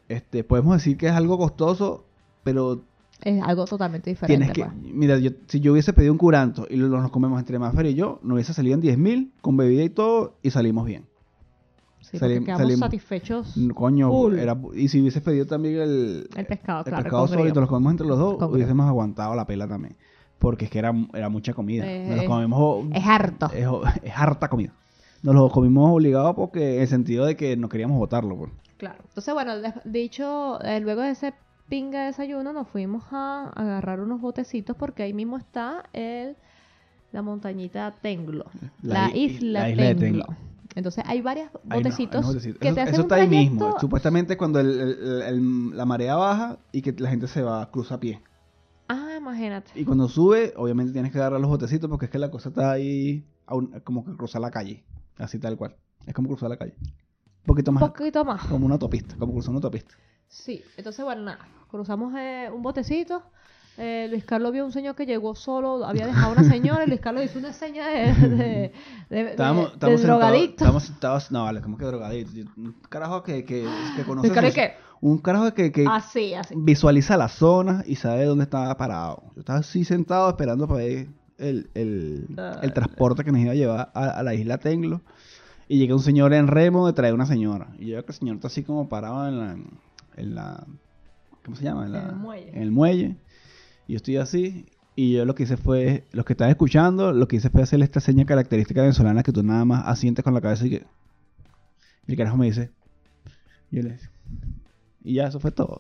este, podemos decir que es algo costoso, pero Es algo totalmente diferente. tienes que... pues. Mira, yo, si yo hubiese pedido un curanto y lo, nos comemos entre Mafer y yo, nos hubiese salido en diez mil con bebida y todo y salimos bien. Sí, salim- porque quedamos salimos- satisfechos. Coño, Full. era, y si hubiese pedido también el, El pescado, el claro, pescado con solo y grillo. nos los comemos entre los dos, Con grillo. hubiésemos aguantado la pela también. Porque es que era, era mucha comida. Eh, Nos los eh, comimos... Es harto. Es, es harta comida. Nos lo comimos obligados porque en el sentido de que no queríamos botarlo. Pues. Claro. Entonces, bueno, de- dicho, eh, luego de ese pinga desayuno, nos fuimos a agarrar unos botecitos porque ahí mismo está el, la montañita Tenglo. La, i- isla, la isla de Tenglo. Tenglo. Entonces, hay varios Ay, no, botecitos no, botecitos. que eso, te hacen eso un está ahí mismo. trayecto- Supuestamente cuando el- el- el- la marea baja y que la gente se va, cruza a pie. Ah, imagínate. Y cuando sube, obviamente tienes que agarrar los botecitos porque es que la cosa está ahí a un- como que cruzar la calle. Así tal cual. Es como cruzar la calle. Un poquito Un más. poquito más. Como una autopista. Como cruzar una autopista. Sí, entonces bueno, nada, cruzamos eh, un botecito. eh, Luis Carlos vio un señor que llegó solo, había dejado a una señora y Luis Carlos hizo una seña de, de, de, de- Estábamos, de estábamos sentados. drogadicto. Estábamos sentados. No, vale, como que drogadicto. Yo- Un carajo que, que, que conoce. Luis Carlos, sus- ¿qué? Un carajo que, que Así, así. visualiza la zona y sabe dónde estaba parado. Yo estaba así sentado esperando para ver el, el, el transporte que nos iba a llevar a, a la isla Tenglo. Y llega un señor en remo de traer una señora. Y yo veo que el señor está así como parado en la... En la ¿Cómo se llama? En, la- En el muelle. en el muelle. Y yo estoy así. Y yo lo que hice fue... Los que están escuchando, lo que hice fue hacerle esta seña característica venezolana que tú nada más asientes con la cabeza y que... Y el carajo me dice... Y yo le dice... Y ya, eso fue todo.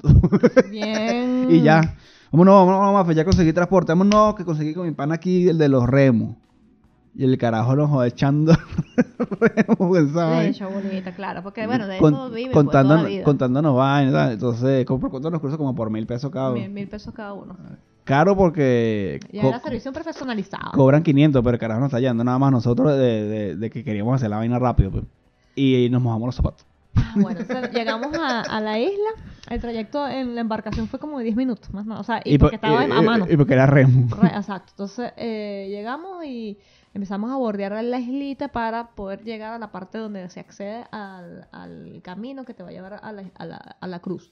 Bien. Y ya. Vámonos, vámonos, vámonos, ya conseguí transporte. Vámonos, que conseguí con mi pana aquí el de los remos. Y el carajo nos joder echando remos, De ¿sabes? hecho, bonita, claro, porque bueno, de Con- eso vive pues, contándonos, toda la vida. contándonos vainas, ¿sabes? Entonces, ¿por cuánto nos cruza? Como por mil pesos cada uno. Mil, mil pesos cada uno. Caro porque Ya co- era servicio profesionalizado. cobran quinientos, pero el carajo nos está yendo nada más nosotros de, de, de que queríamos hacer la vaina rápido. Pues. Y nos mojamos los zapatos. Ah, bueno, entonces llegamos a, a la isla. El trayecto en la embarcación fue como de diez minutos, más nada. O sea, y, por- porque estaba y- a mano. Y porque era remo. Re- Exacto. Entonces eh, llegamos y empezamos a bordear la islita para poder llegar a la parte donde se accede al, al camino que te va a llevar a la, a la, a la cruz.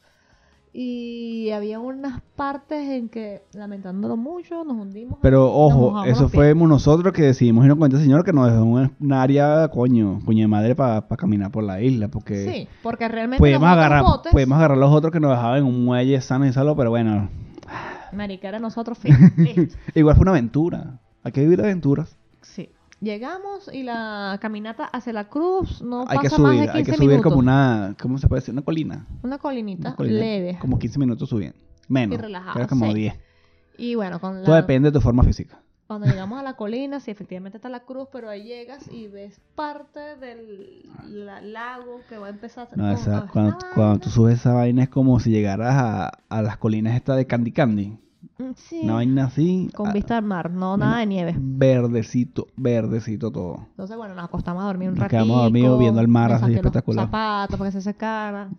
Y había unas partes en que, lamentándolo mucho, nos hundimos. Pero y nos ojo, mojamos eso los pies. fuimos nosotros que decidimos irnos con este señor que nos dejó un, un área, coño, coño de madre para caminar por la isla. Porque Sí, porque realmente podíamos los otros agarrar, botes, podíamos agarrar los otros que nos dejaban en un muelle sano y salvo, pero bueno, marica, era nosotros fin. Listo. igual fue una aventura. Hay que vivir aventuras. Sí. Llegamos y la caminata hacia la cruz no Hay que pasa más de subir, quince hay que subir minutos. como una, ¿cómo se puede decir? Una colina. Una colinita, Una colina, leve. Como quince minutos subiendo. Menos. Y relajado, Creo que como sí. diez. Y bueno, con Todo la, depende de tu forma física. cuando llegamos a la colina, sí, efectivamente está la cruz, pero ahí llegas y ves parte del la- lago que va a empezar a No, con- esa- a- cuando, esta cuando vaina. tú subes esa vaina es como si llegaras a, a las colinas estas de Candy Candy. Mm, sí, Una vaina así. con ah, vista al mar, no nada de nieve. Verdecito, verdecito todo. Entonces, bueno, nos acostamos a dormir un Nos ratito. quedamos dormidos viendo el mar así espectacular. zapatos para que se secaran.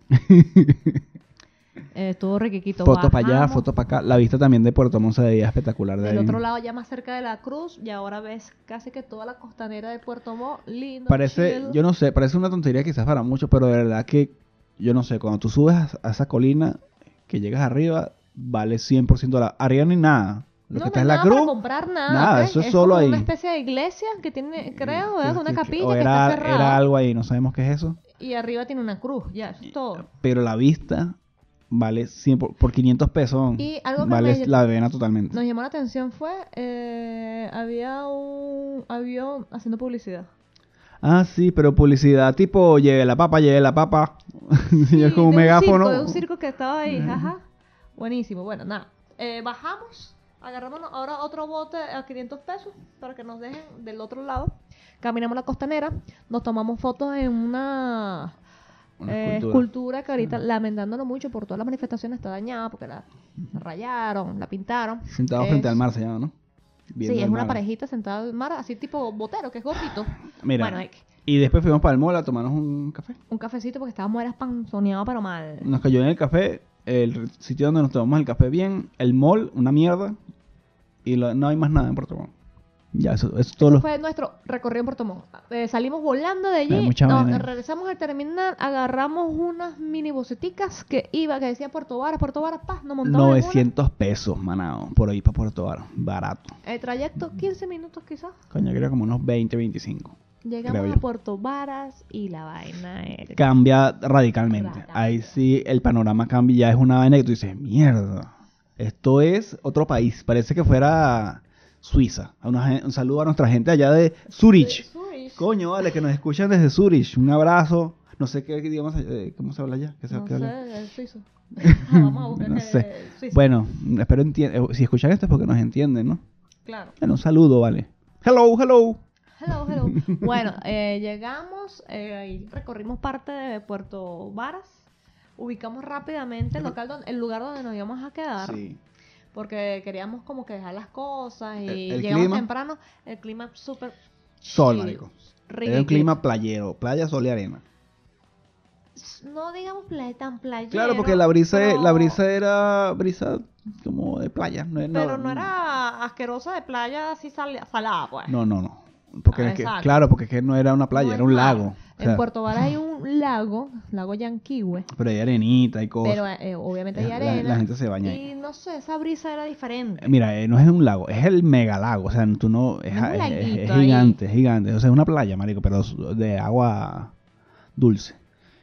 Eh, estuvo riquiquito. Fotos para allá, Bajamos. fotos para acá. La vista también de Puerto Montt se veía espectacular de Del ahí. otro lado, ya más cerca de la cruz, y ahora ves casi que toda la costanera de Puerto Montt, lindo. Parece, chill. yo no sé, parece una tontería quizás para muchos, pero de verdad que, yo no sé, cuando tú subes a, a esa colina, que llegas arriba, vale cien por ciento la... Arriba ni nada. Lo No, que está no en hay la nada para cruz, comprar nada. nada, ¿ves? eso es solo como ahí. una especie de iglesia que tiene, creo, ¿ves? Una que- capilla o que era, está cerrada. era algo ahí, no sabemos qué es eso. Y arriba tiene una cruz, ya, eso es todo. Pero la vista vale cien por, por quinientos pesos. Y algo que vale me- la vena totalmente. Nos llamó la atención fue, eh, había un avión haciendo publicidad. Ah, sí, pero publicidad tipo, lleve la papa, lleve la papa. Señor Sí, con un de megáfono. circo, de un circo que estaba ahí, ajá. Buenísimo, bueno, nada. Eh, bajamos, agarramos ahora otro bote a quinientos pesos para que nos dejen del otro lado. Caminamos la costanera, nos tomamos fotos en una, Una eh, escultura. escultura que ahorita, lamentándolo mucho por todas las manifestaciones, está dañada porque la rayaron, la pintaron. Sentado Es- frente al mar se llama, ¿no? Viendo Sí, es el una mar. parejita sentada al mar, así tipo botero, que es gordito. Mira, Bueno, hay que- y después fuimos para el mall a tomarnos un café. un cafecito porque estábamos era panzoneados pero mal. Nos cayó en el café, el sitio donde nos tomamos el café bien, el mall, una mierda, y lo- no hay más nada en Puerto Montt. Ya, eso, eso es todo Eso lo... fue nuestro recorrido en Puerto Montt. Eh, salimos volando de Hay allí, mucha no, vaina. regresamos al terminal, agarramos unas mini buseticas que iba, que decía Puerto Varas, Puerto Varas, paz, nos montamos en novecientos pesos, manado, por ahí para Puerto Vara. Barato. una. El trayecto, quince minutos quizás. Coño, creo como unos veinte, veinticinco. Llegamos Creo a yo. Puerto Varas y la vaina era... Cambia radicalmente. Radical. Ahí sí el panorama cambia. Ya es una vaina que tú dices, mierda. Esto es otro país. Parece que fuera Suiza. A una gen- un saludo a nuestra gente allá de Zurich. Zurich. Coño, vale, que nos escuchan desde Zurich. Un abrazo. No sé qué idioma, se- eh, cómo se habla allá. ¿Qué se, No qué habla? sé, el suizo. Vamos a buscar No que- sé. Suiza. Bueno, espero entiendan. Si escuchan esto es porque nos entienden, ¿no? Claro. Bueno, un saludo, vale. Hello, hello. Hello, hello. Bueno, eh, llegamos, eh, ahí recorrimos parte de Puerto Varas, ubicamos rápidamente el, local donde- el lugar donde nos íbamos a quedar, Sí. porque queríamos como que dejar las cosas y El- el llegamos clima. temprano, el clima súper Sol, chill, marico. Era un ridículo. clima playero. Playa, sol y arena. No digamos playa, tan playero. Claro, porque la brisa, pero- la brisa era brisa como de playa. No, no- Pero no era asquerosa de playa así sal- salada, pues. No, no, no. Porque Ah, es que, exacto. claro, porque es que no era una playa, No era es un mar. lago. O En sea, Puerto Varas hay un lago, lago Yanquihue, pero hay arenita y cosas. pero eh, obviamente hay La- arena. la gente se baña ahí. Y no sé, esa brisa era diferente. Eh, Mira, eh, no es un lago, es el megalago. O sea, tú no. Es, No es un es- es- laguito es ahí. gigante, es gigante. O sea, es una playa, marico, pero de agua dulce.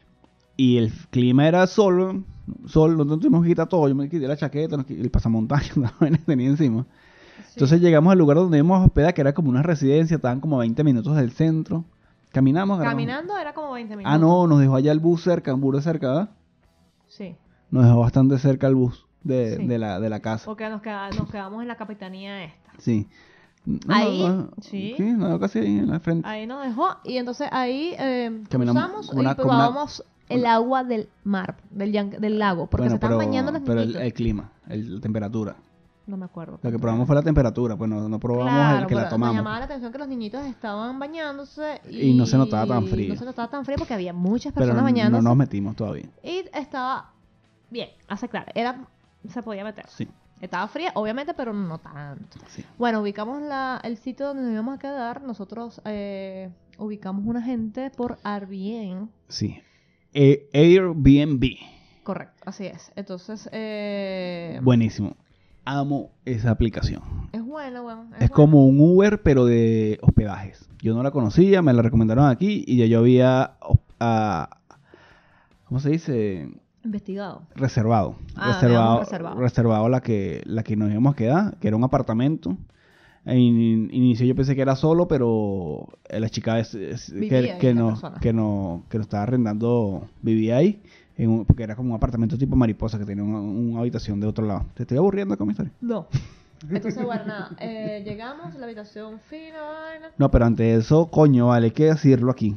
Y el clima era sol, sol, nosotros tuvimos que quitar todo. Yo me quité la chaqueta, nos quité el pasamontaña, una vaina que tenía encima. Sí. Entonces llegamos al lugar donde íbamos a hospedar, que era como una residencia, estaban como a veinte minutos del centro. Caminamos. agarramos- Caminando era como veinte minutos. Ah, no, nos dejó allá el bus cerca, un bus de cerca, ¿verdad? Sí, Nos dejó bastante cerca el bus de, Sí. de, la, de la casa. porque nos, queda- nos quedamos en la capitanía esta. Sí. No, Ahí, no, no, sí. Sí, no, casi ahí en la frente. Ahí nos dejó y entonces ahí eh, Caminamos cruzamos una- y como una- probábamos el agua del mar, del, yan- del lago, porque Bueno, se estaban pero, bañando los pero el, niñitos. el clima, el- la temperatura. No me acuerdo. Lo que probamos fue la temperatura, pues no, no probamos Claro, el que pero la tomamos. Nos llamaba la atención que los niñitos estaban bañándose Y no se notaba tan frío. No se notaba tan frío porque había muchas Pero personas no bañándose. nos metimos todavía. Y estaba bien, hace claro, era, se podía meter. Sí, Estaba fría, obviamente, pero no tanto. sí. Bueno, ubicamos la, el sitio donde nos íbamos a quedar. Nosotros eh, ubicamos una gente por Airbnb. Sí. Eh, Airbnb. Correcto, así es. Entonces, eh, Buenísimo. Amo esa aplicación. es bueno, bueno. Es, bueno. como un Uber, pero de hospedajes. Yo no la conocía, me la recomendaron aquí y ya yo había, hos- ah, ¿cómo se dice? Investigado. Reservado. Ah, reservado, habíamos reservado. reservado la que, la que nos íbamos a quedar, que era un apartamento. E in- inicio yo pensé que era solo, pero la chica es, es- Vivía que, ahí que, la no, persona. que, no, que nos estaba arrendando vivía ahí, en un- porque era como un apartamento tipo mariposa que tenía una, una habitación de otro lado. ¿Te estoy aburriendo con mi historia? No. Entonces, bueno, nada. eh, llegamos a la habitación fina, vaina. No, pero ante eso, coño, vale, hay que decirlo aquí.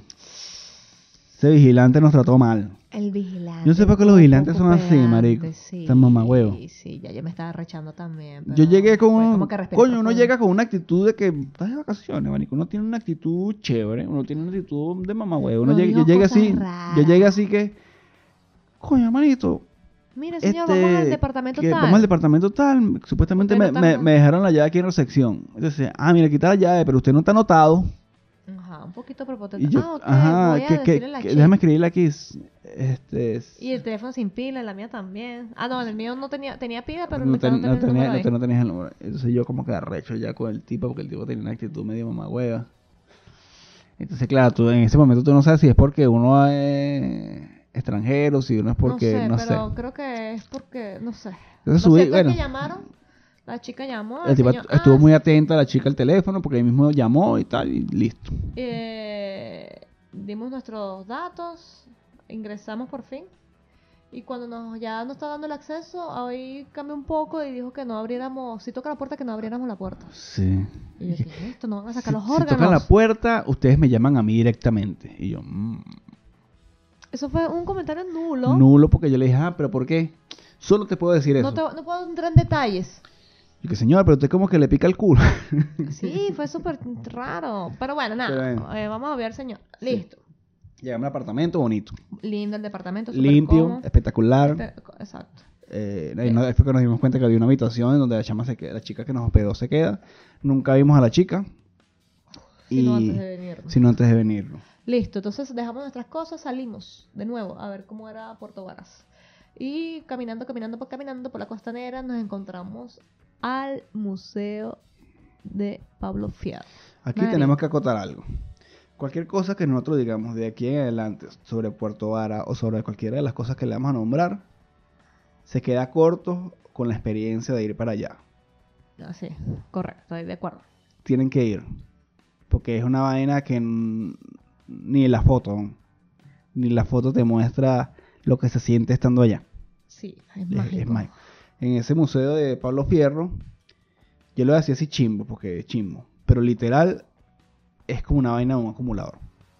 Ese vigilante nos trató mal. El vigilante. Yo no sé por qué los un vigilantes poco son así, pedante, marico. Sí, Están mamagüeos. Sí, sí, ya yo me estaba rechando también. Yo pero llegué con fue un... como que respeto Coño, uno profundo. llega con una actitud de que estás de vacaciones, marico. Uno tiene una actitud chévere, uno tiene una actitud de mamagüeo. Uno No llega, dijo yo llegué cosas así, raras. yo llegué así que... Coño, manito, Mire, señor, este, vamos al departamento que tal. Vamos al departamento tal. Supuestamente Usted me, no me, está- me dejaron la llave aquí en recepción. Entonces, ah, mira, quita la llave, pero usted no está anotado. Ajá, un poquito prepotente. Y yo, ah, ok, ajá, voy a que, que, decirle a la que- chica. déjame escribirle aquí. Este, es- Y el teléfono sin pila, la mía también. Ah, no, el mío no tenía, tenía pila, pero no, el ten- no no tenía el tenía, número no, ahí. te- no tenías el número. Entonces yo como que arrecho ya con el tipo, porque el tipo tenía una actitud medio mamagüeva. Entonces, claro, tú en ese momento tú no sabes si es porque uno es extranjero, si uno es porque, no no sé, sé. pero creo que es porque, no sé. Entonces Lo subí, cierto es bueno, que llamaron, la chica llamó. el tipo señor, estuvo ah, muy sí. atenta a la chica al teléfono, porque ahí mismo llamó y tal, y listo. Eh, dimos nuestros datos, ingresamos por fin. Y cuando nos ya nos está dando el acceso, ahí cambió un poco y dijo que no abriéramos, si toca la puerta, que no abriéramos la puerta. Sí. Y yo, ¿qué es esto? ¿No van a sacar Si, los si órganos? tocan la puerta, ustedes me llaman a mí directamente. Y yo, mmm, Eso fue un comentario nulo. nulo, porque yo le dije, ah, pero ¿por qué? Solo te puedo decir eso. No, te- no puedo entrar en detalles. Y que, señor, pero usted como que le pica el culo. Sí, fue súper raro. Pero bueno, nada. Pero bueno. eh, vamos a ver, señor. Sí. Listo. Llegamos al apartamento bonito. Lindo el departamento. súper Limpio, cómodo. espectacular. Espe- Exacto. Eh, ahí fue que nos dimos cuenta que había una habitación en donde la chama se queda, la chica que nos hospedó se queda. Nunca vimos a la chica. Sino y antes de venirnos. sino antes de venirnos. Listo, entonces dejamos nuestras cosas, salimos de nuevo a ver cómo era Puerto Varas. Y caminando, caminando, por caminando por la costanera nos encontramos al Museo de Pablo Fierro. Aquí Marico. tenemos que acotar algo. Cualquier cosa que nosotros digamos de aquí en adelante sobre Puerto Vara o sobre cualquiera de las cosas que le vamos a nombrar, se queda corto con la experiencia de ir para allá. Ah, sí, correcto, estoy de acuerdo. Tienen que ir. Porque es una vaina que n- ni la foto, ni la foto te muestra lo que se siente estando allá. Sí, es Es- mágico. es mágico. En ese museo de Pablo Fierro, yo lo decía así chimbo, porque es chimbo. Pero literal, es como una vaina de un acumulador.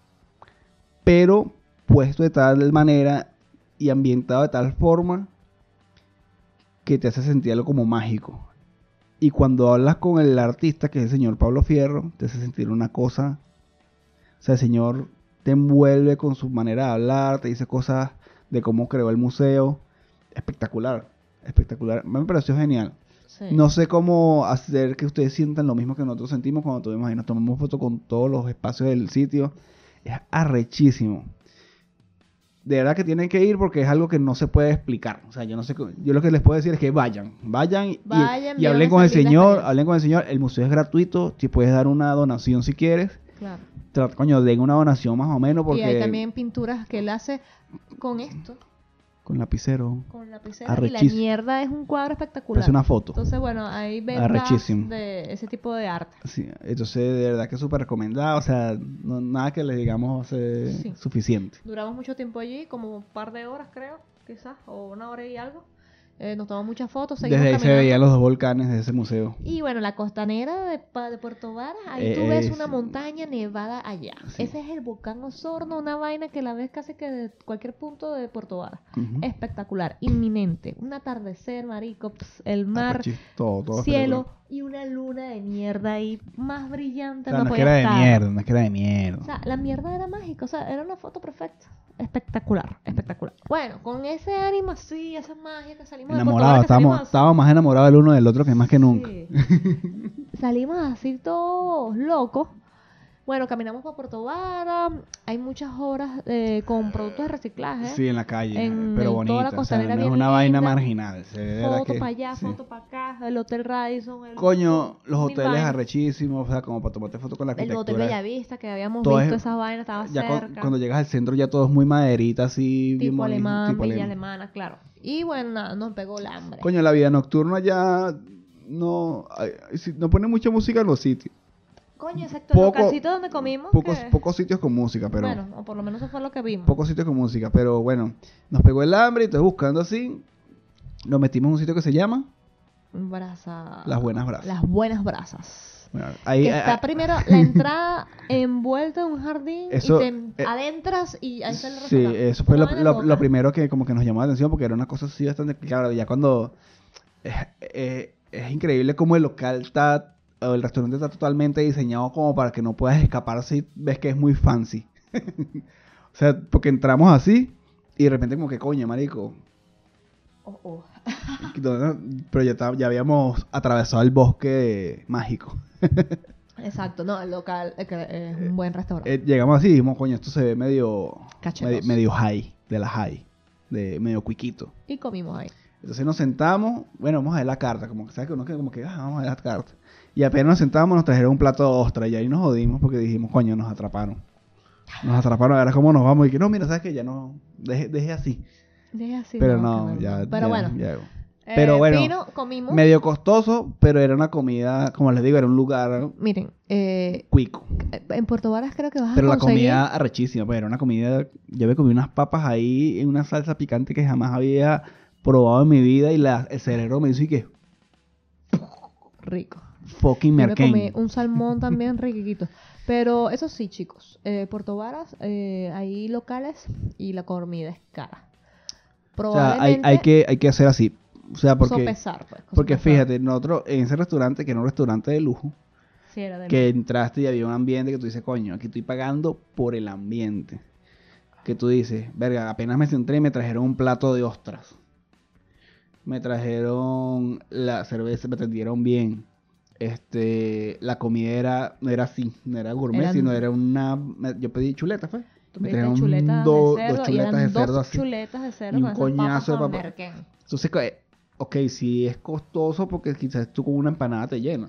Pero puesto de tal manera y ambientado de tal forma que te hace sentir algo como mágico. Y cuando hablas con el artista, que es el señor Pablo Fierro, te hace sentir una cosa. O sea, el señor te envuelve con su manera de hablar, te dice cosas de cómo creó el museo. Espectacular, espectacular. Me pareció genial. Sí. No sé cómo hacer que ustedes sientan lo mismo que nosotros sentimos cuando tuvimos ahí. Nos tomamos fotos con todos los espacios del sitio. Es arrechísimo. De verdad que tienen que ir porque es algo que no se puede explicar. O sea, yo no sé. cómo- Yo lo que les puedo decir es que vayan. Vayan y, Vayan, y vivan hablen esa con el linda señor. experiencia. Hablen con el señor. El museo es gratuito. Si puedes dar una donación si quieres. Claro. Tra- Coño, den una donación más o menos porque Y hay también pinturas que él hace con esto, con lapicero con lapicera, y la Arrechísimo. mierda es un cuadro espectacular. parece una foto. Entonces, bueno, hay ventas Arrechísimo. de ese tipo de arte. Sí, entonces de verdad que es súper recomendado. O sea, no- nada que les digamos va a ser Sí. suficiente. Duramos mucho tiempo allí, como un par de horas creo, quizás, o una hora y algo. Eh, nos tomamos muchas fotos, seguimos Desde ahí se caminando. veían los dos volcanes de ese museo. Y bueno, la costanera de, Pa- de Puerto Varas, ahí Eh, tú ves eh, una sí. montaña nevada allá. Sí. Ese es el volcán Osorno, una vaina que la ves casi que de cualquier punto de Puerto Varas. Ujú. Espectacular, inminente. Un atardecer, marico, ps, el mar, Arrechí- todo, todo cielo espectacular. y una luna de mierda ahí más O brillante. sea, no no es que podía era de estar. mierda, no es que era de mierda. O sea, la mierda era mágica, o sea, era una foto perfecta. Espectacular, espectacular. Bueno, con ese ánimo así, esa magia que salimos de Puerto Enamorados, Varas, que estábamos, salimos estábamos más enamorados el uno del otro que más que nunca. Sí. Salimos así todos locos. Bueno, caminamos para Puerto Vara. Hay muchas obras eh, con productos de reciclaje. Sí, en la calle, En- pero en bonita. toda la O sea, costanera no es bien una vaina linda. marginal. Se ve de verdad Foto que- para allá, sí. foto para acá. El Hotel Radisson. El, Coño, los mil hoteles vainas. arrechísimos, o sea, como para tomarte fotos con la El Hotel arquitectura. Bellavista, que habíamos Todo visto es- esas vainas, estaba Ya cu- cerca. cuando llegas al centro ya todo es muy maderita, así, bien tipo bonito, alemán, tipo villa alemán. alemana, claro. Y bueno, nada, nos pegó el hambre. Coño, la vida nocturna ya no, ay, ay, sí, no pone mucha música en los sitios. Coño, exacto. Poco- el localcito donde comimos. Pocos, que- pocos sitios con música, pero Bueno, o por lo menos eso fue lo que vimos. pocos sitios con música, pero bueno, nos pegó el hambre y entonces buscando así, nos metimos en un sitio que se llama Brasa. Las Buenas Brasas. Las buenas brasas. Bueno, ahí, Que ahí- está primero la entrada envuelta en un jardín Eso, y te eh, adentras y ahí está el sí, restaurante. eso fue Una lo, vaina lo- loca. lo primero que como que nos llamó la atención porque era una cosa así bastante claro, ya cuando eh, eh, es increíble cómo el local está o el restaurante está totalmente diseñado como para que no puedas escapar si ves que es muy fancy. O sea, porque entramos así y de repente como que coño, marico, Oh, oh. ¿dónde? Pero ya, está- ya habíamos atravesado el bosque mágico. Exacto, no, el local eh, que es un buen restaurante. Eh, llegamos así y dijimos, coño, esto se ve medio, Cachetos. medio, medio high, de la high, de medio cuiquito. Y comimos ahí. Entonces nos sentamos, bueno, vamos a ver la carta, como que, ¿sabes? Que uno que como que, ah, vamos a ver la carta. Y apenas nos sentamos, nos trajeron un plato de ostra y ahí nos jodimos porque dijimos, coño, nos atraparon. Nos atraparon, ahora cómo nos vamos. Y que no, mira, ¿sabes qué? Ya no, deje, deje así. Deja así, pero qué no, bueno. ya. Pero ya- bueno. ya- Eh, Pero bueno, vino, comimos. medio costoso, pero era una comida, como les digo, era un lugar Miren, eh, cuico. en Puerto Varas creo que vas Pero a la conseguir. comida arrechísima, pues era una comida, yo me comí unas papas ahí en una salsa picante que jamás había probado en mi vida y la, el cerebro me dice que Rico. fucking Yo me merquén. comí un salmón también riquito. Pero eso sí, chicos, eh, Puerto Varas, eh, hay locales y la comida es cara. O sea, hay, Probablemente hay, que, hay que hacer así. O sea, porque, sopesar, pues. porque sopesar. fíjate, nosotros en ese restaurante, que era un restaurante de lujo, Sí, era de que entraste y había un ambiente que tú dices, coño, aquí estoy pagando por el ambiente. Que tú dices, verga, apenas me centré y me trajeron un plato de ostras. Me trajeron la cerveza, me atendieron bien. Este, la comida era, no era así, no era gourmet, Eran- sino era una, me- yo pedí chuleta, ¿fue? Tú Me pediste trajeron chuletas do- de cerdo dos y chuletas eran de cerdo dos así. chuletas de cerdo Y un con esas coñazo de papas papa. merquén. Entonces, que- ok, sí es costoso porque quizás tú con una empanada te llenas.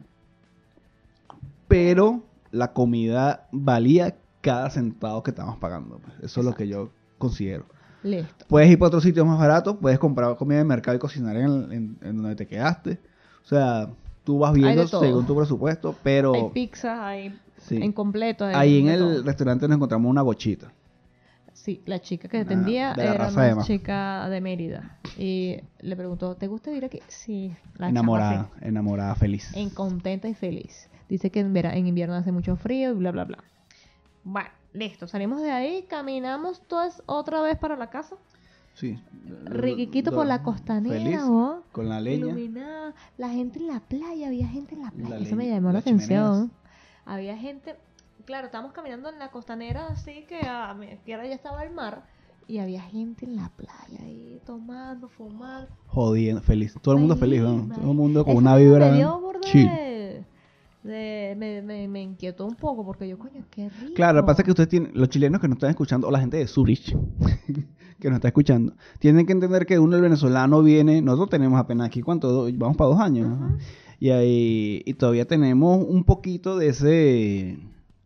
Pero la comida valía cada centavo que estábamos pagando. Pues. Eso es lo que yo considero. Listo. Puedes ir para otros sitios más baratos, puedes comprar comida de mercado y cocinar en, el- en- en donde te quedaste. O sea, tú vas viendo de todo. según tu presupuesto, pero Hay pizzas, hay sí. en completo. hay Ahí en de el todo. restaurante nos encontramos una gochita. Sí, la chica que Una- atendía de la era raza de una Emma. chica de Mérida. Y le preguntó, ¿te gusta vivir aquí? Sí. La chama enamorada, sí. enamorada, feliz. En contenta y feliz. Dice que en, vera- en invierno hace mucho frío y bla, bla, bla. Bueno, listo. Salimos de ahí, caminamos todas otra vez para la casa. Sí. Riquiquito Do- por la costanera, Feliz, ¿no? con la leña. Iluminada. La gente en la playa, había gente en la playa. La Eso me leña, llamó la las atención. chimeneas. Había gente, claro, estábamos caminando en la costanera así que a mi izquierda ya estaba el mar. Y había gente en la playa ahí tomando, fumando. Jodiendo, feliz. Todo el mundo feliz, ¿no? Feliz, Todo el mundo con Eso una me vibra dio burda chill. de- de- me, me, me inquietó un poco porque yo, coño, qué rico. Claro, lo que pasa es que ustedes tienen, los chilenos que nos están escuchando, o la gente de Zurich que nos está escuchando, tienen que entender que uno, el venezolano, viene, nosotros tenemos apenas aquí, ¿cuánto? Do- Vamos para dos años. Ajá. ¿no? Y ahí, y todavía tenemos un poquito de ese...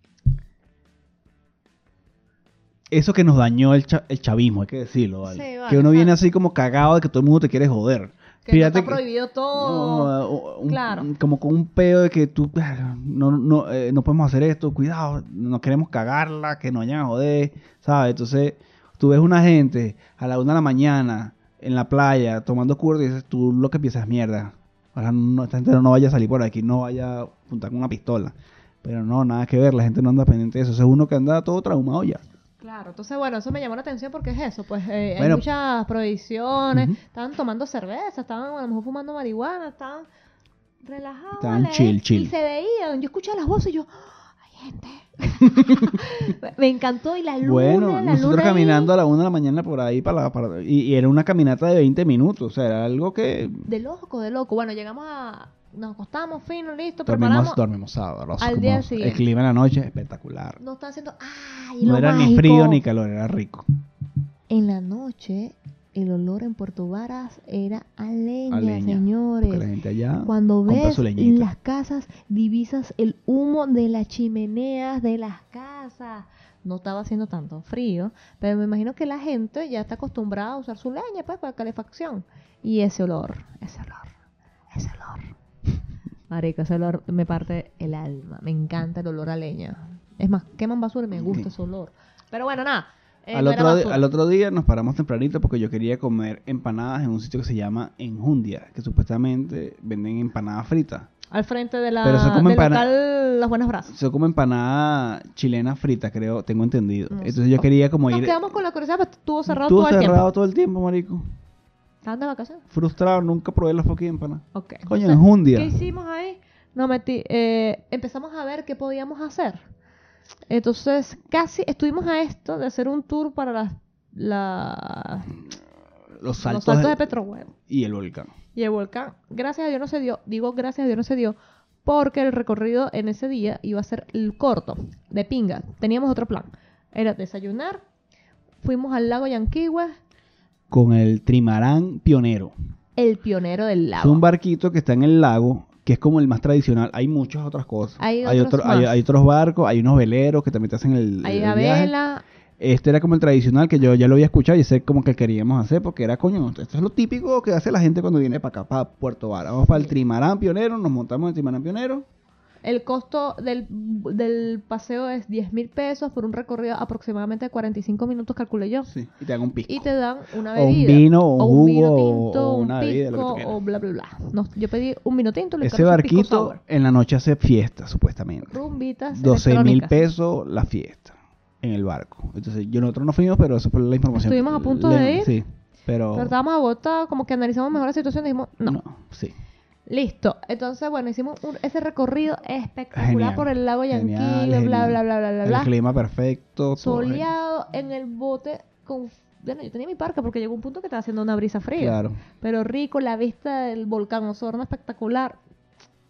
Eso que nos dañó el, cha- el chavismo, hay que decirlo, ¿vale? Sí, vale, que uno viene exacto. así como cagado de que todo el mundo te quiere joder. Que no Fíjate está que- prohibido todo. No, o- un- Claro. como con un pedo de que tú ah, no, no, eh, no podemos hacer esto, cuidado, no queremos cagarla, que nos vayan a joder, ¿sabes? Entonces, tú ves una gente a la una de la mañana en la playa tomando curdo y dices, tú lo que piensas es mierda. Ojalá no, esta gente no vaya a salir por aquí, no vaya a apuntar con una pistola. Pero no, nada que ver, la gente no anda pendiente de eso. Ese es uno que anda todo traumado ya. Claro, entonces bueno, eso me llamó la atención porque es eso, pues eh, hay Bueno. muchas prohibiciones, Ujú. estaban tomando cerveza, estaban a lo mejor fumando marihuana, estaban relajados. Estaban ¿vale? chill, chill. Y se veían, yo escuchaba las voces y yo, hay gente. Me encantó y la luna, Bueno, la nosotros luna ahí, caminando a la una de la mañana por ahí para, la- para y, y era una caminata de veinte minutos, o sea, era algo que de loco, de loco. Bueno, llegamos a, nos acostamos, fino, listo, dormimos, preparamos. dormimos sabroso, al como día el siguiente. clima en la noche espectacular. No está haciendo, ay, No lo era ni mágico. frío ni calor, era rico. En la noche, el olor en Puerto Varas era a leña, A leña, señores. Porque la gente allá Cuando compra ves su leñita. las casas, divisas el humo de las chimeneas de las casas. No estaba haciendo tanto frío, pero me imagino que la gente ya está acostumbrada a usar su leña pues para calefacción. Y ese olor, ese olor, ese olor. Marico, ese olor me parte el alma. Me encanta el olor a leña. Es más, queman basura y me gusta Sí. ese olor. Pero bueno, nada. eh, al, no era otro, di- basura. al otro día nos paramos tempranito porque yo quería comer empanadas en un sitio que se llama Enjundia, que supuestamente venden empanadas fritas. Al frente de la, Pero se come del empana- local Las Buenas Brasas. Se come empanada chilena frita, creo, tengo entendido. No sé. Entonces yo quería como Nos ir... quedamos con la curiosidad, pero estuvo cerrado Estuvo todo el cerrado tiempo. todo el tiempo, marico. ¿Estaban de vacaciones? Frustrado, nunca probé las fucking empanadas. Ok. Coño, Entonces, Enjundia. ¿qué hicimos ahí? Nos metí, eh, empezamos a ver qué podíamos hacer. Entonces, casi estuvimos a esto de hacer un tour para las, la- Los los saltos, saltos de- de Petrohuevo y el volcán. y el volcán. Gracias a Dios no se dio. Digo gracias a Dios no se dio porque el recorrido en ese día iba a ser el corto, de pinga. Teníamos otro plan. Era desayunar, fuimos al lago Yanquihue, Con el trimarán pionero. el pionero del Es lago. un barquito que está en el lago, que es como el más tradicional. Hay muchas otras cosas. Hay otros otro- hay, más. hay otros barcos, hay unos veleros que también te hacen el, Ahí el a viaje. vela. Este era como el tradicional que yo ya lo había escuchado y ese como que queríamos hacer porque era, coño, esto es lo típico que hace la gente cuando viene para acá, para Puerto Vara. Vamos para el trimarán pionero, nos montamos en el trimarán pionero. El costo del, del paseo es diez mil pesos por un recorrido aproximadamente de cuarenta y cinco minutos, calculé yo. Sí, y te dan un pisco. Y te dan una O un bebida. vino, o un un vino jugo, tinto, o un una bebida, lo que tú pisco, quieras. o bla, bla, bla. No, yo pedí un vino tinto. le Ese encargo su pisco barquito sour. en la noche hace fiesta, supuestamente. Rumbitas doce mil electrónicas. pesos la fiesta en el barco. Entonces, yo nosotros no fuimos, pero eso fue la información. Estuvimos a punto Le- de ir, Sí, pero... Pero estábamos agotados, como que analizamos mejor la situación y dijimos, no. sí. Listo. Entonces, bueno, hicimos un- ese recorrido espectacular Genial. por el lago Genial, Yanquihue, bla, genial. bla, bla, bla, bla, El bla. clima perfecto. todo genial. Soleado en el bote con... Bueno, yo tenía mi parca porque llegó un punto que estaba haciendo una brisa fría. Claro. Pero rico, la vista del volcán Osorno espectacular.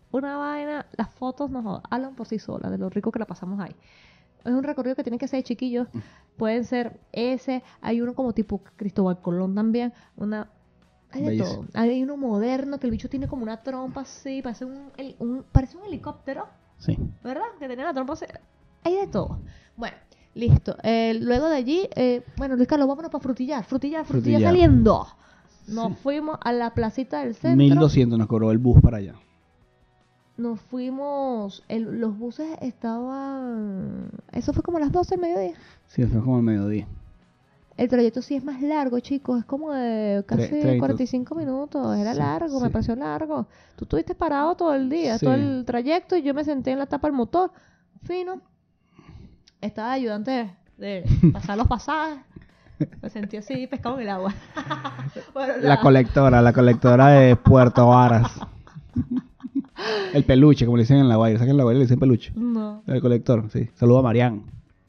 una vaina, las fotos nos hablan por sí solas, de lo rico que la pasamos ahí. Es un recorrido que tiene que ser chiquillos, pueden ser ese, hay uno como tipo Cristóbal Colón también, una... Hay de Bellísimo. todo. Hay uno moderno que el bicho tiene como una trompa así, parece un, heli- un, parece un helicóptero, Sí. ¿verdad? Que tenía la trompa así. Hay de todo. Bueno, listo. Eh, luego de allí, eh, bueno, Luis Carlos, vámonos para frutillar. Frutillar, frutillar, Frutillar. saliendo. Nos Sí. fuimos a la placita del centro. mil doscientos nos cobró el bus para allá. Nos fuimos, el- los buses estaban... Eso fue como a las doce del mediodía. Sí, fue como al mediodía. El trayecto sí es más largo, chicos. Es como de casi Tre- treinta. cuarenta y cinco minutos. Era Sí, largo, me sí. pareció largo. Tú estuviste parado todo el día, Sí. todo el trayecto, y yo me senté en la tapa del motor. Fino. Estaba de ayudante de pasar los pasajes. Me sentí así, pescado en el agua. Bueno, La nada. colectora, la colectora de Puerto Varas. El peluche, como le dicen en La Guaira. ¿Sabes que en La Guaira le dicen peluche? No. El colector, sí. Saludo a Marián.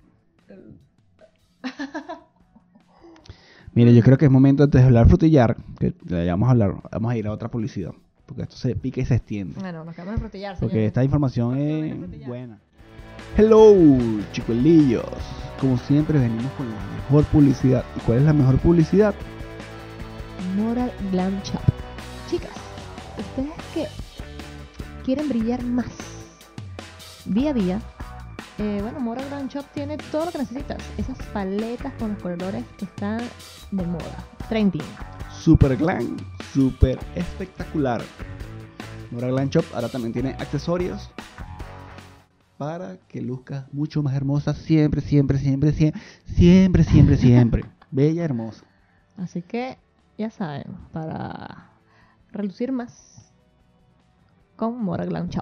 Mire, yo creo que es momento antes de hablar frutillar, que ya vamos a hablar, vamos a ir a otra publicidad, porque esto se pica y se extiende. Bueno, nos quedamos de frutillar, Porque señores. esta información Por favor, es frutillar. buena. Hello, chicuelillos. Como siempre venimos con la mejor publicidad. ¿Y cuál es la mejor publicidad? Moral Glam Shop. Chicas, ustedes que quieren brillar más día a día, eh, bueno, Moral Glam Shop tiene todo lo que necesitas. Esas paletas con los colores que están de moda, trending. Super glam, super espectacular. Mora Glam Shop ahora también tiene accesorios para que luzcas mucho más hermosa siempre, siempre, siempre, siempre, siempre, siempre, siempre. Bella, hermosa. Así que, ya saben, para relucir más con Moral Glam Shop.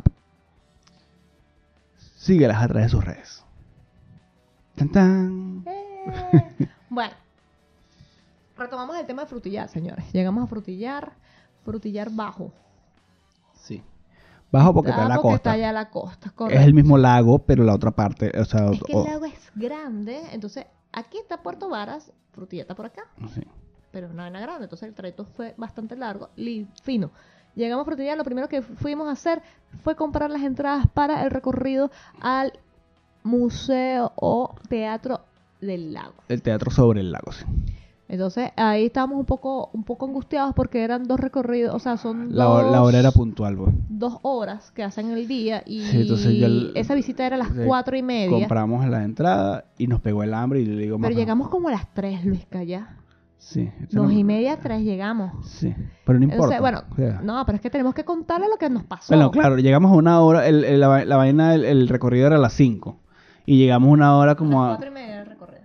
Síguelas a través de sus redes. Tan tan. Eh, Bueno, retomamos el tema de frutillar, señores. Llegamos a frutillar, frutillar bajo. Sí. Bajo porque está en la Ah, porque está costa. allá a la costa, Es correcto. el mismo lago, pero la otra parte, o sea, Es que o- el lago es grande, entonces aquí está Puerto Varas, Frutilla está por acá, sí. pero no es nada grande, entonces el trayecto fue bastante largo, li- fino. Llegamos a Frutilla, lo primero que fuimos a hacer fue comprar las entradas para el recorrido al museo o teatro del lago. El teatro sobre el lago, sí. Entonces ahí estábamos un poco, un poco angustiados porque eran dos recorridos, o sea, son La, dos, la hora era puntual, pues. dos horas que hacen el día y Sí, entonces yo el- esa visita era a las sí, cuatro y media. Compramos la entrada y nos pegó el hambre y le digo, Pero mamá, llegamos como a las tres, Luis Calla. Sí. eso Dos no- y media, tres llegamos. Sí, pero no importa. Entonces, bueno, o sea. no, pero es que tenemos que contarle lo que nos pasó. Bueno, claro, llegamos a una hora, el, el- la, va- la vaina, el, el recorrido era a las cinco. Y llegamos una hora como a las a, cuatro y media del recorrido.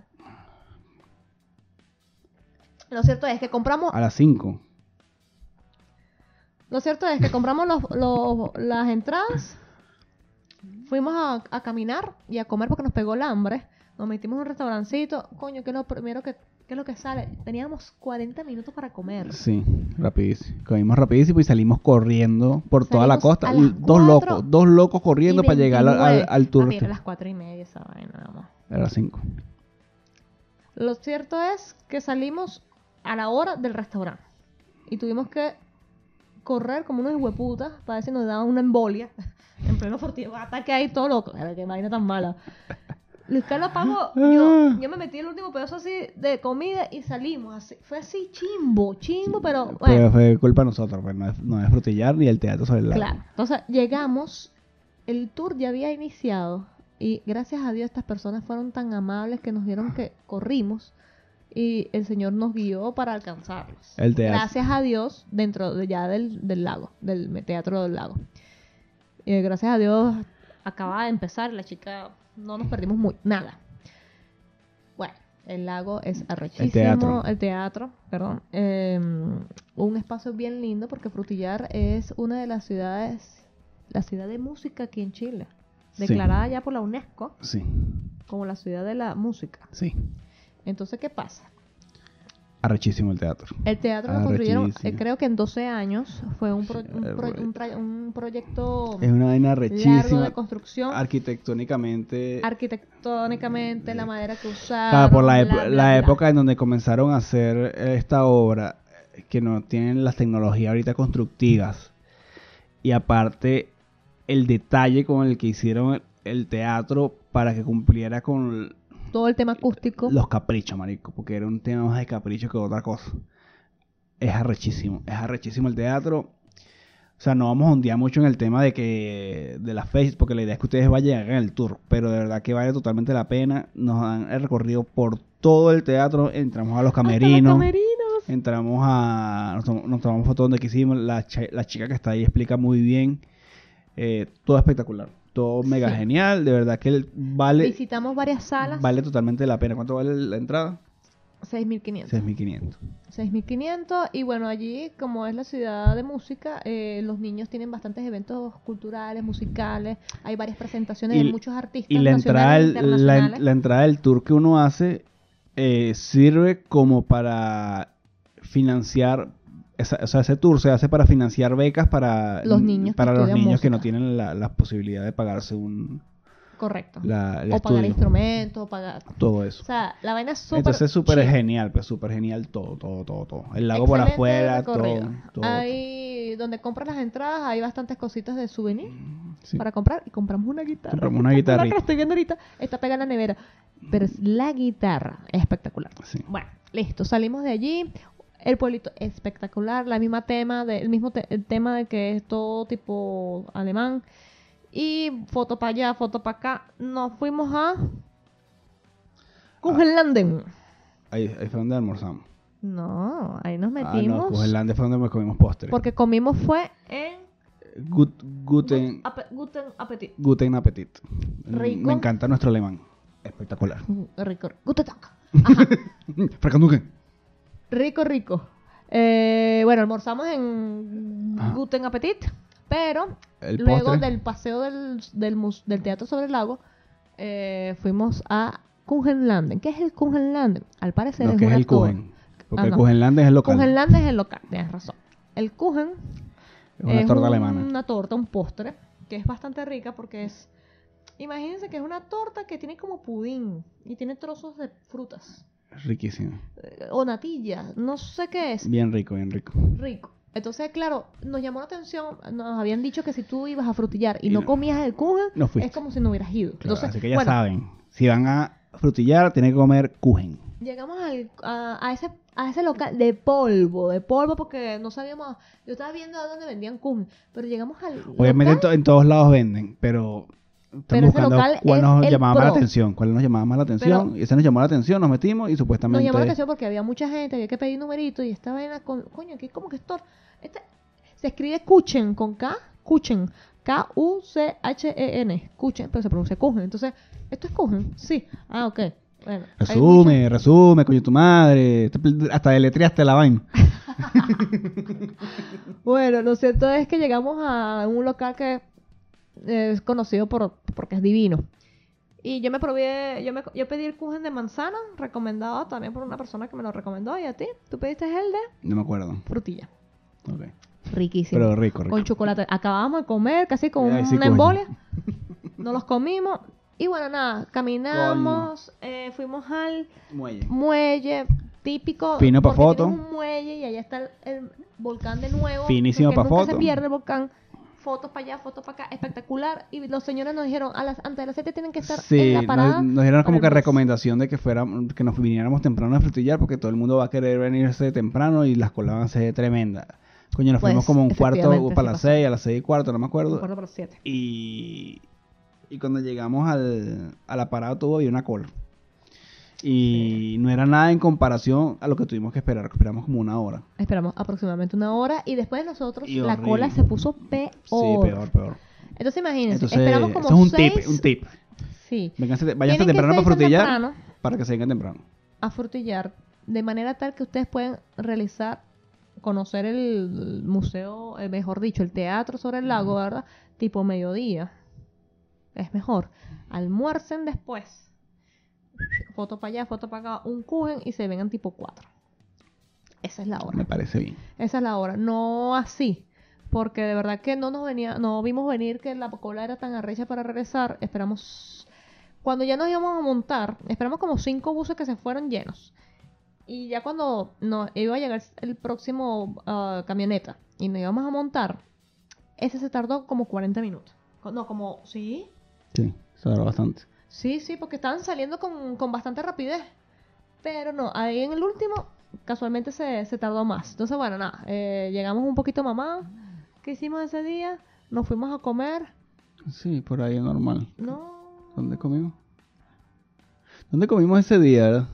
Lo cierto es que compramos, a las cinco. lo cierto es que compramos los, los- las entradas, fuimos a, a caminar y a comer porque nos pegó el hambre. Nos metimos en un restaurancito, coño, que es lo primero que, que es lo que sale. Teníamos cuarenta minutos para comer. Sí, rapidísimo. Comimos rapidísimo y salimos corriendo por toda la Salimos costa. a las Dos cuatro locos, dos locos corriendo Y para llegar al, al, veintinueve. al tour. Papi, era las cuatro y media esa vaina, vamos. Era las cinco. Lo cierto es que salimos a la hora del restaurante y tuvimos que correr como unos hueputas para ver si nos daban una embolia en pleno fortillo. Ataque ahí todo loco. Era que vaina tan mala. Luis Carlos pagó. Yo, yo me metí el último pedazo así de comida y salimos. Así. Fue así chimbo, chimbo, pero Pero bueno. fue culpa de nosotros, pues no es, no es frutillar ni el teatro sobre el lago. Claro. Entonces llegamos, el tour ya había iniciado y gracias a Dios estas personas fueron tan amables que nos dieron que corrimos y el Señor nos guió para alcanzarlos. El teatro. Gracias a Dios dentro de ya del, del lago, del teatro del lago. Eh, gracias a Dios acababa de empezar, la chica no nos perdimos muy, nada. Bueno, el lago es arrechísimo. El teatro. El teatro, perdón. Eh, un espacio bien lindo porque Frutillar es una de las ciudades, la ciudad de música aquí en Chile. Sí. Declarada ya por la UNESCO Sí, como la ciudad de la música. sí. Entonces, ¿qué pasa? Arrechísimo el teatro. El teatro lo construyeron, Arrechísimo. eh, creo que en doce años. Fue un, pro- Sí, un, pro- arre- un tra- un proyecto Es una vaina largo arrechísima. de construcción. Arquitectónicamente. Arquitectónicamente, la madera que usaron. Claro, por la, bla, epo- bla, la bla. época en donde comenzaron a hacer esta obra, eh, que no tienen las tecnologías ahorita constructivas. Y aparte, el detalle con el que hicieron el teatro para que cumpliera con Todo el tema acústico. los caprichos, marico, porque era un tema más de capricho que otra cosa. Es arrechísimo, es arrechísimo el teatro. O sea, no vamos a ondear mucho en el tema de que de las fechas, porque la idea es que ustedes vayan a hagan el tour, pero de verdad que vale totalmente la pena. Nos dan el recorrido por todo el teatro, entramos a los camerinos, Hasta los camerinos. entramos a nos, tom- nos tomamos fotos donde quisimos, la, ch- la chica que está ahí explica muy bien, eh, todo espectacular, todo mega Sí. genial, de verdad que el- vale Visitamos varias salas. vale totalmente la pena. ¿Cuánto vale la entrada? seis mil quinientos. seis mil quinientos. seis mil quinientos y bueno, allí como es la ciudad de música, eh, los niños tienen bastantes eventos culturales, musicales, hay varias presentaciones Y- de muchos artistas Y la entrada, nacionales e del, la, internacionales. la entrada del tour que uno hace eh, sirve como para financiar, esa- o sea, ese tour se hace para financiar becas para Los niños que para los estudian niños que no música. tienen la, la posibilidad de pagarse un Correcto. la, el o pagar estudio, instrumentos, pagar... todo O eso. sea, la vaina es súper Entonces es súper chill. genial, pues súper genial todo, todo, todo, todo. El lago por Excelente afuera, todo, recorrido. todo. Hay, donde compras las entradas, hay bastantes cositas de souvenir Sí. para comprar. Y compramos una guitarra. Compramos una espectacular, guitarrita. que la estoy viendo ahorita. Está pegada en la nevera. Pero es la guitarra. Es espectacular. Sí. Bueno, listo. Salimos de allí. El pueblito espectacular. La misma tema de, el mismo te- el tema de que es todo tipo alemán. Y foto para allá, foto para acá. Nos fuimos a Kugelanden. Ahí, ahí fue donde almorzamos. No, ahí nos Ah, no, metimos. Kugelande fue donde comimos postre. Porque comimos fue en Gut, guten, Ape- Guten Appetit. guten Appetit. Rico. Me encanta nuestro alemán. Espectacular. Mm, Rico. Guten Tag. Ajá. Frakanduken. Rico, rico. Eh, bueno, almorzamos en Ajá. Guten Appetit, pero El luego postre. del paseo del, del, mus- del Teatro sobre el Lago, eh, fuimos a Kugelanden. ¿Qué es el Kugelanden? Al parecer Lo es que es una el torre. Kuchen. Porque Ah, el no. Kuchenland es el local. Kugelanden es el local, tienes razón. El Kuchen Es una es torta un- alemana. una torta, un postre, que es bastante rica porque es... Imagínense que es una torta que tiene como pudín y tiene trozos de frutas. Riquísimo. eh, O natilla, no sé qué es. Bien rico, bien rico. Rico. Entonces, claro, nos llamó la atención, nos habían dicho que si tú ibas a frutillar y, Y no no- comías el kuchen, no fuiste. es como si no hubieras ido. Claro, Entonces, así que ya bueno, saben. Si van a frutillar, tienen que comer Kuchen. llegamos al- a, a ese a ese local de polvo, de polvo porque no sabíamos, yo estaba viendo a dónde vendían kuchen, pero llegamos al Obviamente en, local, to- en todos lados venden, pero estamos Pero ese buscando local cuál es nos el llamaba más la pro. atención. Cuál nos llamaba más la atención. Pero- y ese nos llamó la atención, nos metimos y nos supuestamente... llamó la atención porque había mucha gente, había que pedir numerito y esta vaina con, coño, aquí como que esto, este, se escribe kuchen con K, kuchen, K U C H E N, kuchen, pero se pronuncia kuchen, entonces, ¿esto es kuchen? Sí, ah, ok, bueno. hay Resume, resume, coño tu madre. Te- Hasta deletreaste la vaina. mucha- Bueno, lo cierto es que llegamos a un local que es conocido por, porque es divino. Y yo me probé, yo, me, yo pedí el kuchen de manzana, recomendado también por una persona que me lo recomendó. ¿Y a ti? ¿Tú pediste el de No me acuerdo. frutilla? Ok. Riquísimo. Pero rico, rico. Con chocolate. Acabábamos de comer casi con Ay, sí, una coño. embolia. Nos los comimos. Y bueno, nada, caminamos, eh, fuimos al Muelle. muelle típico. Fino pa' porque foto. tienes un muelle y allá está el, el volcán de nuevo. Finísimo que pa' nunca foto. se pierde el volcán. Fotos para allá, fotos para acá, espectacular. Y los señores nos dijeron, a las, antes de las siete tienen que estar Sí, en la parada. nos, nos dieron como para que el bus. recomendación de que fuera, que nos viniéramos temprano a frutillar porque todo el mundo va a querer venirse temprano y las colas van a ser tremendas. Coño, nos Pues, fuimos como un cuarto efectivamente, para sí las pasó. seis, a las seis y cuarto, no me Un acuerdo. cuarto para las siete. Y, y cuando llegamos al, a la parada tuvo había una cola. Y no era nada en comparación a lo que tuvimos que esperar, que esperamos como una hora. Esperamos aproximadamente una hora y después de nosotros Y la horrible. cola se puso peor. Sí, peor, peor. Entonces imagínense, Entonces, esperamos como eso es un seis... tip, un tip. Sí. Vénganse, Tienen váyanse que temprano para seis frutillar temprano para que se vengan temprano. a frutillar de manera tal que ustedes pueden realizar, conocer el museo, eh, mejor dicho, el teatro sobre el lago, ¿verdad? Tipo mediodía. Es mejor. Almuercen después. Foto para allá, foto para acá, un kuchen y se vengan tipo cuatro. Esa es la hora. Me parece bien. Esa es la hora. No así. Porque de verdad que no nos venía, no vimos venir que la cola era tan arrecha para regresar. Esperamos, cuando ya nos íbamos a montar, esperamos como cinco buses que se fueron llenos. Y ya cuando nos iba a llegar el próximo ah, camioneta y nos íbamos a montar, ese se tardó como cuarenta minutos. No, como, sí, Sí, se agarró bastante. sí, sí, porque estaban saliendo con, con bastante rapidez. Pero no, ahí en el último, casualmente se, se tardó más. Entonces, bueno, nada, eh, llegamos un poquito mamados. ¿Qué hicimos ese día? Nos fuimos a comer. Sí, por ahí es normal. No. ¿Dónde comimos? ¿Dónde comimos ese día, verdad?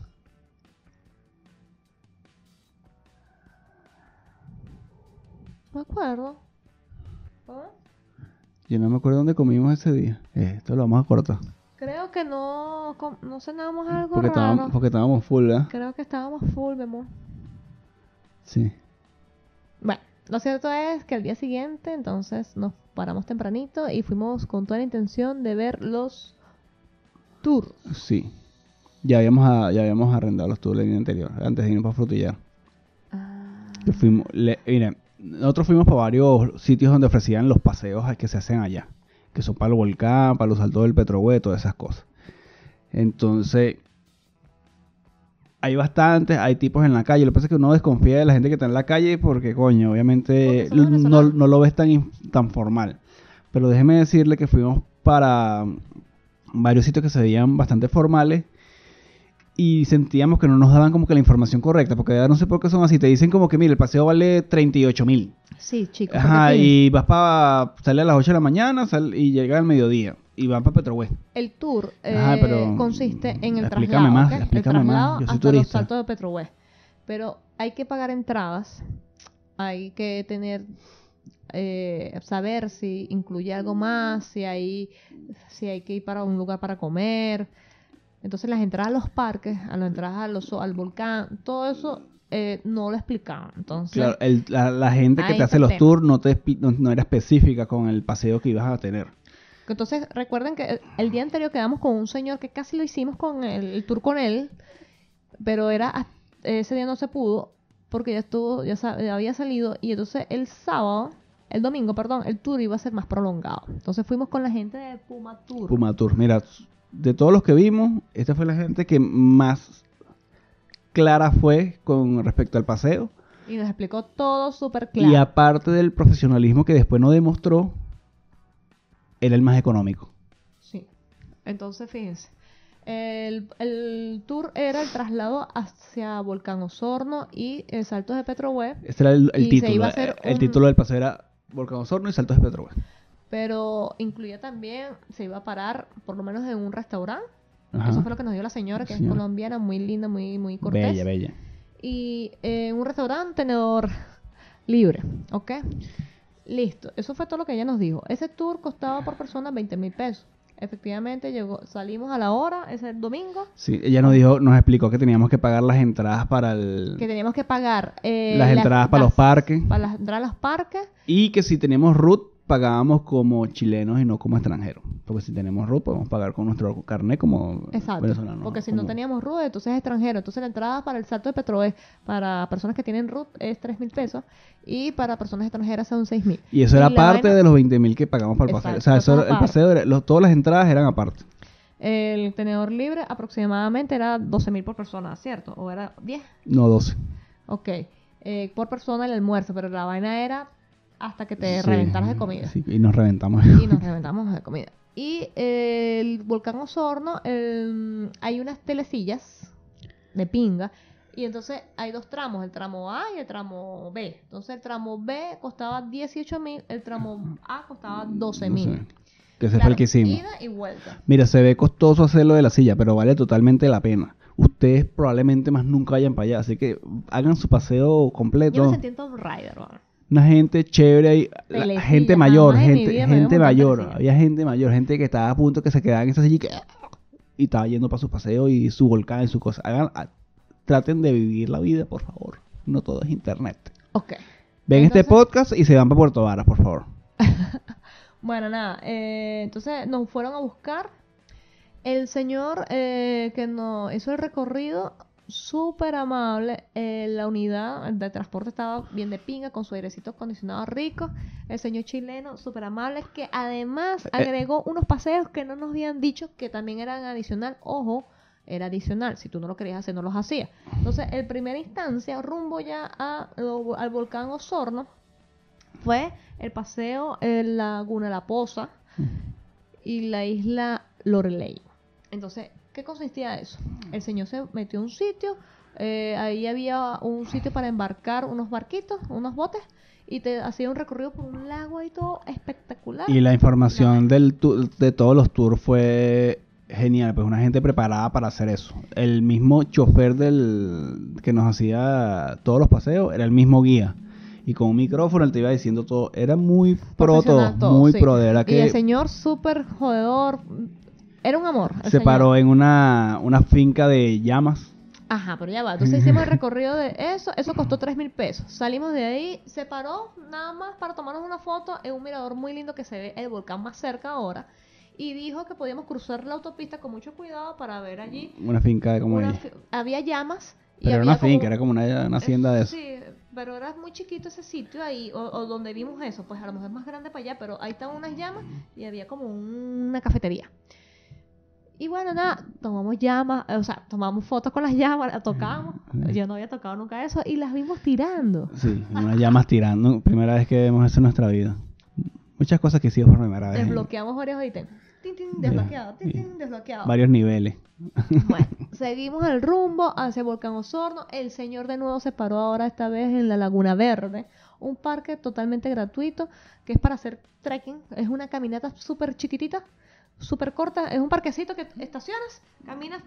Me acuerdo. ¿Ah? Yo no me acuerdo dónde comimos ese día. Eh, esto lo vamos a cortar. Creo que no, com- no cenábamos algo Porque raro. estábamos, porque estábamos full, ¿verdad? Creo que estábamos full, mi amor. Sí. Bueno, lo cierto es que al día siguiente, entonces, nos paramos tempranito y fuimos con toda la intención de ver los tours. Sí. Ya habíamos, a- ya habíamos arrendado los tours el día anterior, antes de irnos para Frutillar. Ah, Que fuimos, le- mira, nosotros fuimos para varios sitios donde ofrecían los paseos que se hacen allá. Que son para el volcán, para los saltos del Petrohue, todas esas cosas. Entonces, hay bastantes, hay tipos en la calle. Lo que pasa es que uno desconfía de la gente que está en la calle porque, coño, obviamente Porque son no, venezolanos. no lo ves tan, in- tan formal. Pero déjeme decirle que fuimos para varios sitios que se veían bastante formales y sentíamos que no nos daban como que la información correcta, porque ya no sé por qué son así. Te dicen como que, mira, el paseo vale treinta y ocho mil. sí, chicos. Ajá, porque fíjense, y vas para salir a las ocho de la mañana sal- y llega al mediodía. Y van para Petrohue. el tour eh, Ajá, pero, consiste en el explícame traslado, más, ¿ok? El explícame más, traslado yo soy hasta los turista. saltos de Petrohue. Pero hay que pagar entradas, hay que tener, eh, saber si incluye algo más, si hay, si hay que ir para un lugar para comer. Entonces las entradas a los parques, a las entradas a los, al volcán, todo eso eh, no lo explicaban. Entonces, Claro, el- la, la gente que ahí te está hace el los tema. tours no, te, espi- no, no era específica con el paseo que ibas a tener. Entonces, recuerden que el, el día anterior quedamos con un señor que casi lo hicimos con el, el tour con él, pero era a- ese día no se pudo porque ya estuvo, ya sa- ya había salido y entonces el sábado, el domingo, perdón, el tour iba a ser más prolongado. Entonces fuimos con la gente de Puma Tour. Puma Tour. Mira, de todos los que vimos, esta fue la gente que más clara fue con respecto al paseo. Y nos explicó todo súper Y claro. aparte del profesionalismo que después nos demostró, era el más económico. Sí. Entonces, fíjense. El, el tour era el traslado hacia Volcán Osorno y el Saltos de Petrohue. Ese era el, el Y se título. iba a hacer El un- título del paseo era Volcán Osorno y Saltos de Petrohue. Pero incluía también, se iba a parar por lo menos en un restaurante. Ajá. Eso fue lo que nos dio la señora, que Señora. es colombiana, muy linda, muy, muy cortés. Bella, bella. Y en un restaurante, tenedor libre, ¿ok? Listo, eso fue todo lo que ella nos dijo. Ese tour costaba por persona veinte mil pesos. Efectivamente, llegó, salimos a la hora, ese domingo, Sí, ella nos dijo, nos explicó que teníamos que pagar las entradas para el... que teníamos que pagar eh, Las entradas para los parques. Para las entradas a los parques. Y que si tenemos R U T, pagábamos como chilenos y no como extranjeros. Porque si tenemos R U T, podemos pagar con nuestro carnet como Exacto, venezolanos. porque si como- no teníamos R U T, entonces es extranjero. Entonces la entrada para el Salto de Petrohue para personas que tienen R U T es tres mil pesos y para personas extranjeras son seis mil. Y eso era la parte vaina- de los veinte mil que pagamos para el paseo. Exacto, O sea, eso, eso el aparte. paseo, era- los- todas las entradas eran aparte. El tenedor libre aproximadamente era doce mil por persona, ¿cierto? ¿O era diez? No doce. Ok. Eh, por persona el almuerzo, pero la vaina era hasta que te Sí, reventaras de comida. sí, y nos reventamos. Y nos reventamos de comida. Y eh, el volcán Osorno, el- hay unas telecillas de pinga. Y entonces hay dos tramos, el tramo A y el tramo B. Entonces el tramo B costaba dieciocho mil, el tramo A costaba doce No mil. sé. Que ese fue el que hicimos. Ida y vuelta. Mira, se ve costoso hacerlo de la silla, pero vale totalmente la pena. Ustedes probablemente más nunca vayan para allá, así que hagan su paseo completo. Yo me sentí en Tomb Raider, weón. Una gente chévere ahí, la- Telecilla, gente mayor, jamás en mi gente, vida me había gente montado en mayor, telecilla. había gente mayor, gente que estaba a punto que se quedaba en esa silla y, que- y estaba yendo para su paseo y su volcán y su cosa. Hagan, a- traten de vivir la vida, por favor. No todo es internet. Ok. Ven este Entonces- podcast y se van para Puerto Varas, por favor. Bueno, nada, eh, entonces nos fueron a buscar. El señor eh, que nos hizo el recorrido, súper amable. Eh, la unidad de transporte estaba bien de pinga, con su airecito acondicionado rico. El señor chileno, súper amable, que además Eh. agregó unos paseos que no nos habían dicho que también eran adicional. Ojo, era adicional. Si tú no lo querías hacer, no los hacías. Entonces, en primera instancia, rumbo ya a, lo- al volcán Osorno, fue el paseo en Laguna La Poza, y la isla Loreley. Entonces, ¿qué consistía eso? El señor se metió a un sitio, eh, ahí había un sitio para embarcar unos barquitos, unos botes, y te hacía un recorrido por un lago y todo espectacular. Y la información del tu- de todos los tours fue genial, pues una gente preparada para hacer eso. El mismo chofer del que nos hacía todos los paseos era el mismo guía. Y con un micrófono él te iba diciendo todo. Era muy pro todo, Profesional todo, muy sí. pro. De verdad Y el que señor súper jodedor, era un amor. el se señor. paró en una, una finca de llamas. Ajá, pero ya va. Entonces hicimos el recorrido de eso. Eso costó tres mil pesos. Salimos de ahí, se paró nada más para tomarnos una foto en un mirador muy lindo que se ve el volcán más cerca ahora. Y dijo que podíamos cruzar la autopista con mucho cuidado para ver allí. Una finca como una ella. fi- había llamas. Y Pero era había una finca, como- era como una, una hacienda de eso. Sí, pero era muy chiquito ese sitio ahí, o, o donde vimos eso. Pues a lo mejor es más grande para allá, pero ahí estaban unas llamas y había como un- una cafetería. Y bueno, nada, tomamos llamas, o sea, tomamos fotos con las llamas, las tocamos. Yo no había tocado nunca eso y las vimos tirando. Sí, unas llamas tirando. Primera vez que vemos eso en nuestra vida. Muchas cosas que hicimos por primera vez. Desbloqueamos varios ítems. Tin, tin, desbloqueado, tin, tin, desbloqueado. Varios niveles. Bueno, seguimos el rumbo hacia Volcán Osorno. El señor de nuevo se paró ahora esta vez en la Laguna Verde, un parque totalmente gratuito que es para hacer trekking. Es una caminata súper chiquitita, súper corta. Es un parquecito que estacionas, caminas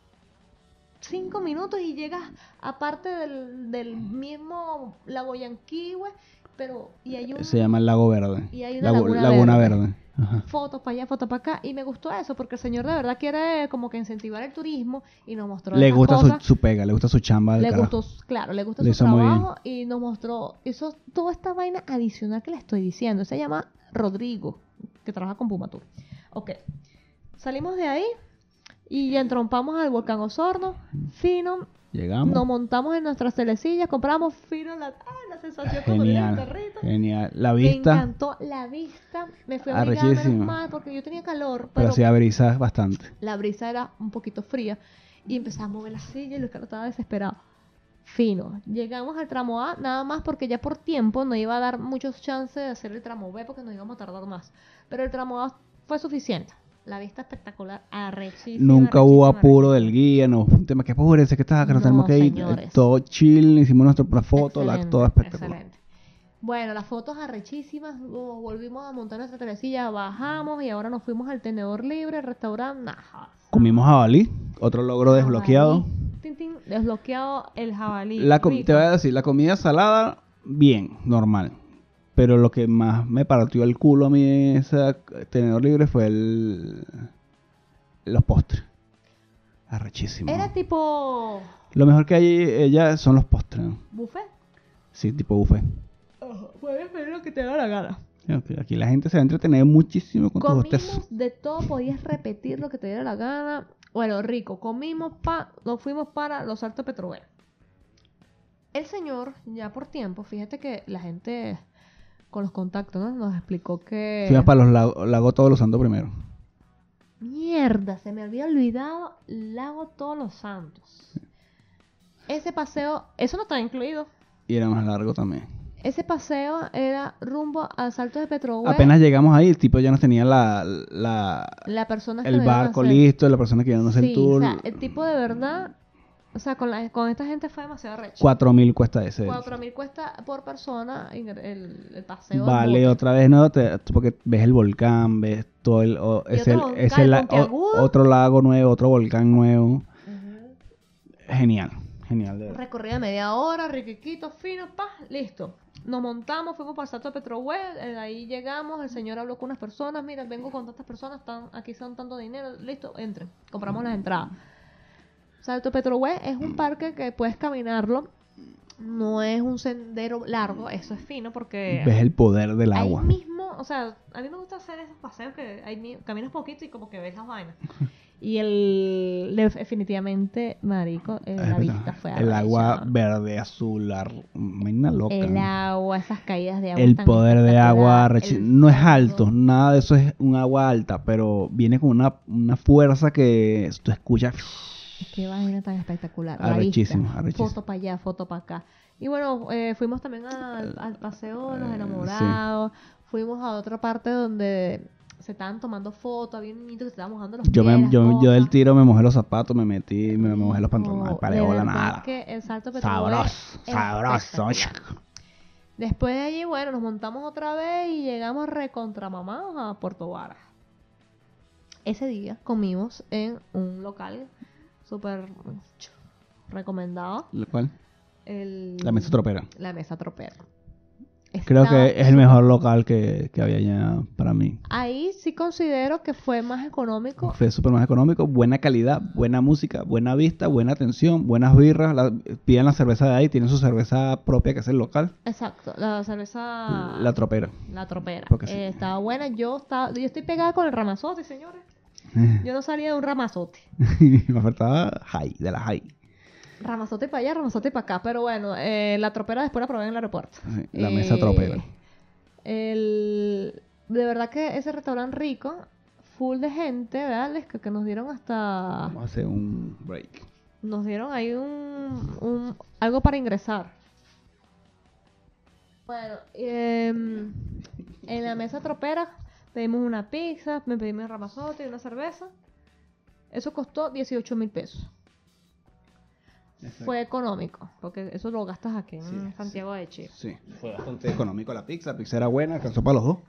cinco minutos y llegas a parte del, del mismo lago Yanquihue, pero y hay un Se llama el Lago Verde. y hay una Lago- Laguna Laguna Verde. Verde. Ajá. fotos para allá, fotos para acá, y me gustó eso porque el señor de verdad quiere como que incentivar el turismo y nos mostró Le esas gusta su, cosas. su pega, le gusta su chamba. del Le carajo. gustó, claro, le gusta Le su hizo muy trabajo y nos mostró eso, toda esta vaina adicional que le estoy diciendo. Se llama Rodrigo, que trabaja con Pumatur. Ok, salimos de ahí y entrompamos al Volcán Osorno, fino, Llegamos. nos montamos en nuestras telecillas, compramos fino la, ah, la sensación como de ir en Genial, carrito. genial. La Me vista, encantó la vista, me fui abrigada menos Arrechísimo. mal porque yo tenía calor, pero pero hacía brisa bastante. la brisa era un poquito fría y empezamos a mover la silla y Luis Carlos estaba desesperado. Fino. Llegamos al tramo A nada más porque ya por tiempo no iba a dar muchos chances de hacer el tramo B porque nos íbamos a tardar más. Pero el tramo A fue suficiente. La vista espectacular, arrechísima. Nunca hubo arrechísima, apuro del arrechísima. guía, no fue un tema que apúrense, que está, que nos No, tenemos que ir. señores. Eh, Todo chill, hicimos nuestra foto, la, Excelente, todo espectacular. excelente. Bueno, las fotos arrechísimas, luego volvimos a montar nuestra telecilla, bajamos y ahora nos fuimos al tenedor libre, restaurante, nada. Comimos jabalí, otro logro desbloqueado. Tin, tin, desbloqueado el jabalí. La com- rico. te voy a decir, la comida salada, bien, normal. Pero lo que más me partió el culo a mí en ese tenedor libre fue el los postres. Arrechísimo. Era tipo Lo mejor que hay ella son los postres, ¿no? buffet. Sí, tipo buffet. Puedes pedir lo que te da la gana. Ok, aquí la gente se va a entretener muchísimo con tus Comimos hostes. de todo, podías repetir lo que te diera la gana. Bueno, rico. Comimos, pa nos fuimos para los Altos Petrover. El señor, ya por tiempo, fíjate que la gente con los contactos, ¿no? Nos explicó que... Fuimos para los lagos, lago Todos los Santos primero. Mierda, se me había olvidado Lago Todos los Santos. Ese paseo, eso no estaba incluido. Y era más largo también. Ese paseo era rumbo a Saltos de Petrohue. Apenas llegamos ahí, el tipo ya nos tenía la, la La persona que el nos iban a barco hacer. listo, la persona que iba a hacer Sí, el tour. o sea, el tipo de verdad, o sea, con, la, con esta gente fue demasiado recho. Cuatro mil cuesta ese. Cuatro mil cuesta por persona el, el, el paseo. en Vale, bote. otra vez, ¿no? Te- porque ves el volcán, ves todo el... o- Y es otro el, volcán, es el la- Monteagudo. o- otro lago nuevo, otro volcán nuevo. Ujú. Genial, genial. De verdad. Recorrida de media hora, riquiquito, fino, pa, listo. Nos montamos, fuimos para Salto de Petrohue, eh, ahí llegamos, el señor habló con unas personas, mira, vengo con tantas personas, están, aquí son tanto dinero, listo, entren, compramos las entradas. Salto de Petrohue es un parque que puedes caminarlo, no es un sendero largo, eso es fino porque Ves el poder del ahí agua. mismo, o sea, a mí me gusta hacer esos paseos que ahí mi- caminas poquito y como que ves las vainas. Y el de- definitivamente, marico, eh, la vista fue El agua arrecha. verde, azul, ar- vaina loca. El ¿no? agua, esas caídas de agua. El tan poder de agua espectacular, arrechi- el no es fondo. alto, nada de eso es un agua alta, pero viene con una, una fuerza que tú escuchas. Qué vaina tan espectacular. La Arrechísimo, vista. arrechísimo. Foto para allá, foto para acá. Y bueno, eh, fuimos también al, al paseo de los Eh, enamorados. Fuimos a otra parte donde se estaban tomando fotos, había un niñito que se estaba mojando los Yo, pies, me, las yo, yo del cosas. tiro me mojé los zapatos, me metí, me, me mojé los pantalones, No, no, paré de bola verdad nada. que el salto Petroboe Sabroso, es sabroso. espectacular. Después de allí, bueno, nos montamos otra vez y llegamos recontra mamá a Puerto Varas. Ese día comimos en un local súper recomendado. ¿Cuál? El, La mesa tropera. La mesa tropera. Creo Estaba que es el mejor local que, que había ya para mí. Ahí sí considero que fue más económico. Fue súper más económico, buena calidad, buena música, buena vista, buena atención, buenas birras. La, piden la cerveza de ahí, tienen su cerveza propia que es el local. Exacto, la cerveza... La tropera. La tropera. Porque sí. Eh, estaba buena. Yo, estaba, yo estoy pegada con el ramazote, señores. Yo no salía de un ramazote. Me faltaba high, de la high. Ramazote para allá, ramazote para acá. Pero bueno, eh, la tropera después la probé en el aeropuerto. Sí, la Eh, mesa tropera. El, de verdad que ese restaurante rico, full de gente, ¿verdad? Les- Que, que nos dieron hasta... Vamos a hacer un break. Nos dieron ahí un, un algo para ingresar. Bueno, em, en la mesa tropera pedimos una pizza, me pedimos un ramazote y una cerveza. Eso costó dieciocho mil pesos. Exacto. Fue económico, porque eso lo gastas aquí en Sí, Santiago de Chile. Sí, fue bastante económico la pizza. La pizza era buena, alcanzó para los dos.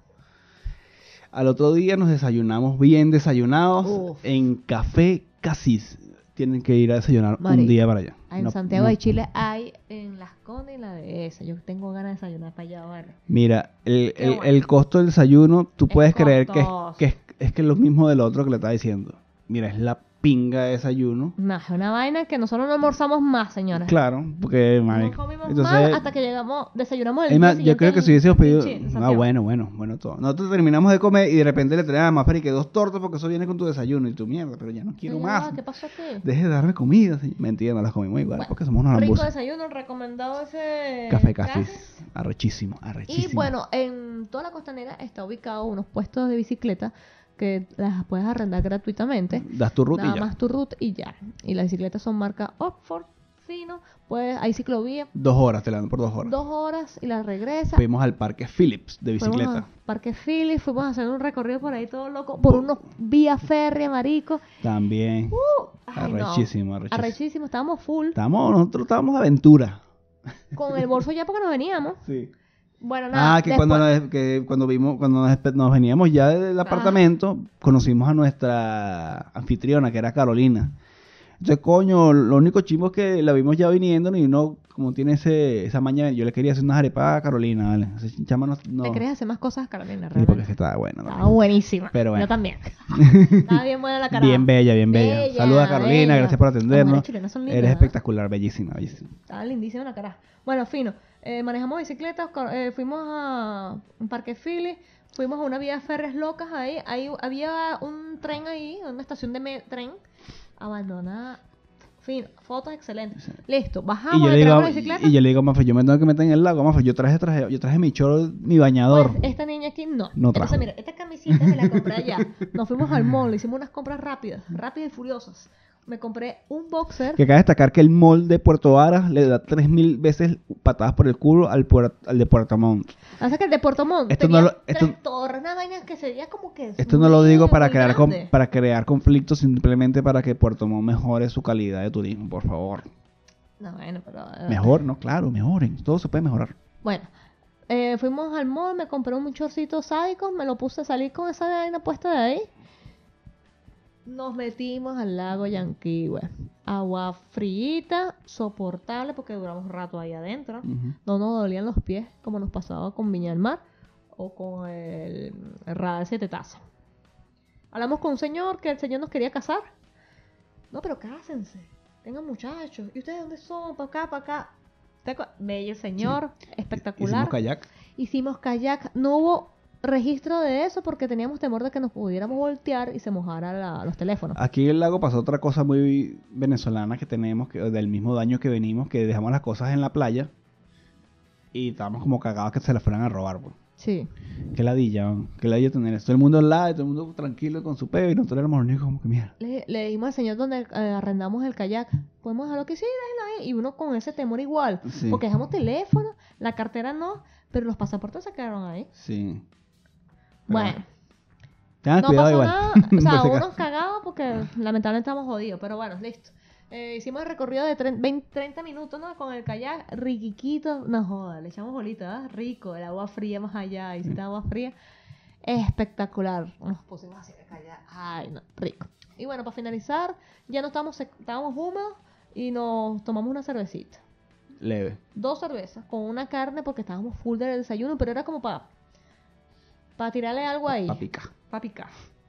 Al otro día nos desayunamos bien desayunados Uf. en Café Casis. Tienen que ir a desayunar Marico, un día para allá. En No- Santiago no- de Chile hay en Las Condes y la Dehesa. Yo tengo ganas de desayunar para allá, ¿vale? Mira, el, Qué el, bueno. el costo del desayuno, tú Es puedes creer que es, costoso. que, es, es que es lo mismo del otro que le estaba diciendo. Mira, es la pinga de desayuno. No, es una vaina que nosotros no almorzamos más, señores. Claro, porque, No marico. comimos Entonces, más hasta que llegamos, desayunamos el es más, día yo creo que si siguiente hubiésemos en- pedido. en Chi- en Ah, Santiago. bueno, bueno, bueno, todo. Nosotros terminamos de comer y de repente le traían más, pero y que dos tortas porque eso viene con tu desayuno y tu mierda, pero ya no quiero Ay, más. ya va, ¿qué pasó aquí? Deje de darme comida. Sí. Mentira, no las comimos igual Bueno, porque somos unos Rico lambuces. desayuno, recomendado ese Café Casis. Casis. Arrechísimo, arrechísimo. Y bueno, en toda la costanera está ubicado unos puestos de bicicleta que las puedes arrendar gratuitamente. Das tu ruta Nada y ya. más tu route y ya. Y las bicicletas son marca Oxford, fino. Pues hay ciclovía, Dos horas, te la dan por dos horas. dos horas y la regresa. Fuimos al parque Phillips de Fuimos bicicleta. a Parque Philly, fuimos a hacer un recorrido por ahí todo loco, por unos vía férrea, marico. También. Ay, no. arrechísimo, arrechísimo. Arrechísimo, estábamos full, Estamos, nosotros estábamos de aventura. con el bolso ya porque nos veníamos. Sí. Bueno, nada. Ah, que cuando, nos, que cuando vimos, cuando nos, despe- nos veníamos ya del apartamento, conocimos a nuestra anfitriona, que era Carolina. Entonces, coño, lo único chimbo es que la vimos ya viniendo y uno, como tiene ese, esa maña, yo le quería hacer unas arepas a Carolina, ¿vale? Ese chama no... no ¿Te querías hacer más cosas, Carolina? sí, porque es Realmente. que estaba bueno. Estaba también. buenísima. Pero bueno. Yo también. Estaba bien buena la cara. Bien bella, bien bella. Saluda a Carolina, bella. gracias por Las atendernos. mujeres chilenas son lindas, Eres ¿eh? espectacular, bellísima, bellísima. Estaba lindísima la cara. Bueno, fino. Eh, manejamos bicicletas, cor- eh, fuimos a un parque Philly, fuimos a una vía férreas locas ahí. Ahí había un tren ahí, una estación de me- tren abandonada. Fin, fotos excelentes. Sí. Listo, Y bajamos, yo, le le digo, tiramos la bicicleta. y yo le digo, Mafe, yo me tengo que meter en el lago, Mafe, yo traje, traje, yo traje mi choro, mi bañador. Pues, esta niña aquí no. No Entonces, trajo. mira, esta camisita me la compré allá. Nos fuimos al mall, hicimos unas compras rápidas, rápidas y furiosas. Me compré un boxer. Que cabe destacar que el mall de Puerto Varas le da tres mil veces patadas por el culo al, puer- al de Puerto Montt. O sea que el de Puerto Montt Esto tenía no lo- esto- tres torres, una vaina que se veía como que... Esto no lo digo muy- para muy crear, con- grande. para crear conflictos, simplemente para que Puerto Montt mejore su calidad de turismo, por favor. No, bueno, pero... eh, Mejor, no, claro, mejoren, todo se puede mejorar. Bueno, eh, fuimos al mall, me compré un chorcito sádico, me lo puse a salir con esa vaina puesta de ahí. Nos metimos al lago Yanquihue. Agua fríita, soportable, porque duramos un rato ahí adentro. Ujú. No nos dolían los pies, como nos pasaba con Viña del Mar o con el, el Radar Siete Tazas. Hablamos con un señor que el señor nos quería casar. No, pero cásense, tengan muchachos. ¿Y ustedes dónde son? Para acá, para acá. Te acu- Bello señor, espectacular. Hicimos kayak. Hicimos kayak. No hubo registro de eso porque teníamos temor de que nos pudiéramos voltear y se mojara la- los teléfonos. Aquí en el lago pasó otra cosa muy venezolana que tenemos, que del mismo daño que venimos, que dejamos las cosas en la playa y estábamos como cagados que se las fueran a robar, pues. Sí. Qué ladilla, man. Qué ladilla tener eso. Todo el mundo al lado, todo el mundo tranquilo con su peo y nosotros éramos los únicos como que mierda. Le, le dijimos al señor donde eh, arrendamos el kayak, podemos dejarlo aquí, sí, déjalo ahí. Y uno con ese temor igual, Sí. porque dejamos teléfono, la cartera no, pero los pasaportes se quedaron ahí. Sí. Pero Bueno, Tengan No cuidado pasó igual. nada. O Por sea, si unos acaso. cagados porque lamentablemente estamos jodidos. Pero bueno, listo. Eh, hicimos el recorrido de tre- veinte, treinta minutos, ¿no? Con el kayak, riquiquito. No joda, le echamos bolita, ¿verdad? Rico, el agua fría más allá. Y si está agua fría, espectacular. Nos pusimos así en el kayak. Ay, no, rico. Y bueno, para finalizar, ya no estábamos, sec- estábamos húmedos y nos tomamos una cervecita. Leve. Dos cervezas con una carne porque estábamos full del desayuno, pero era como para para tirarle algo ahí. Pa' picar. Para picar.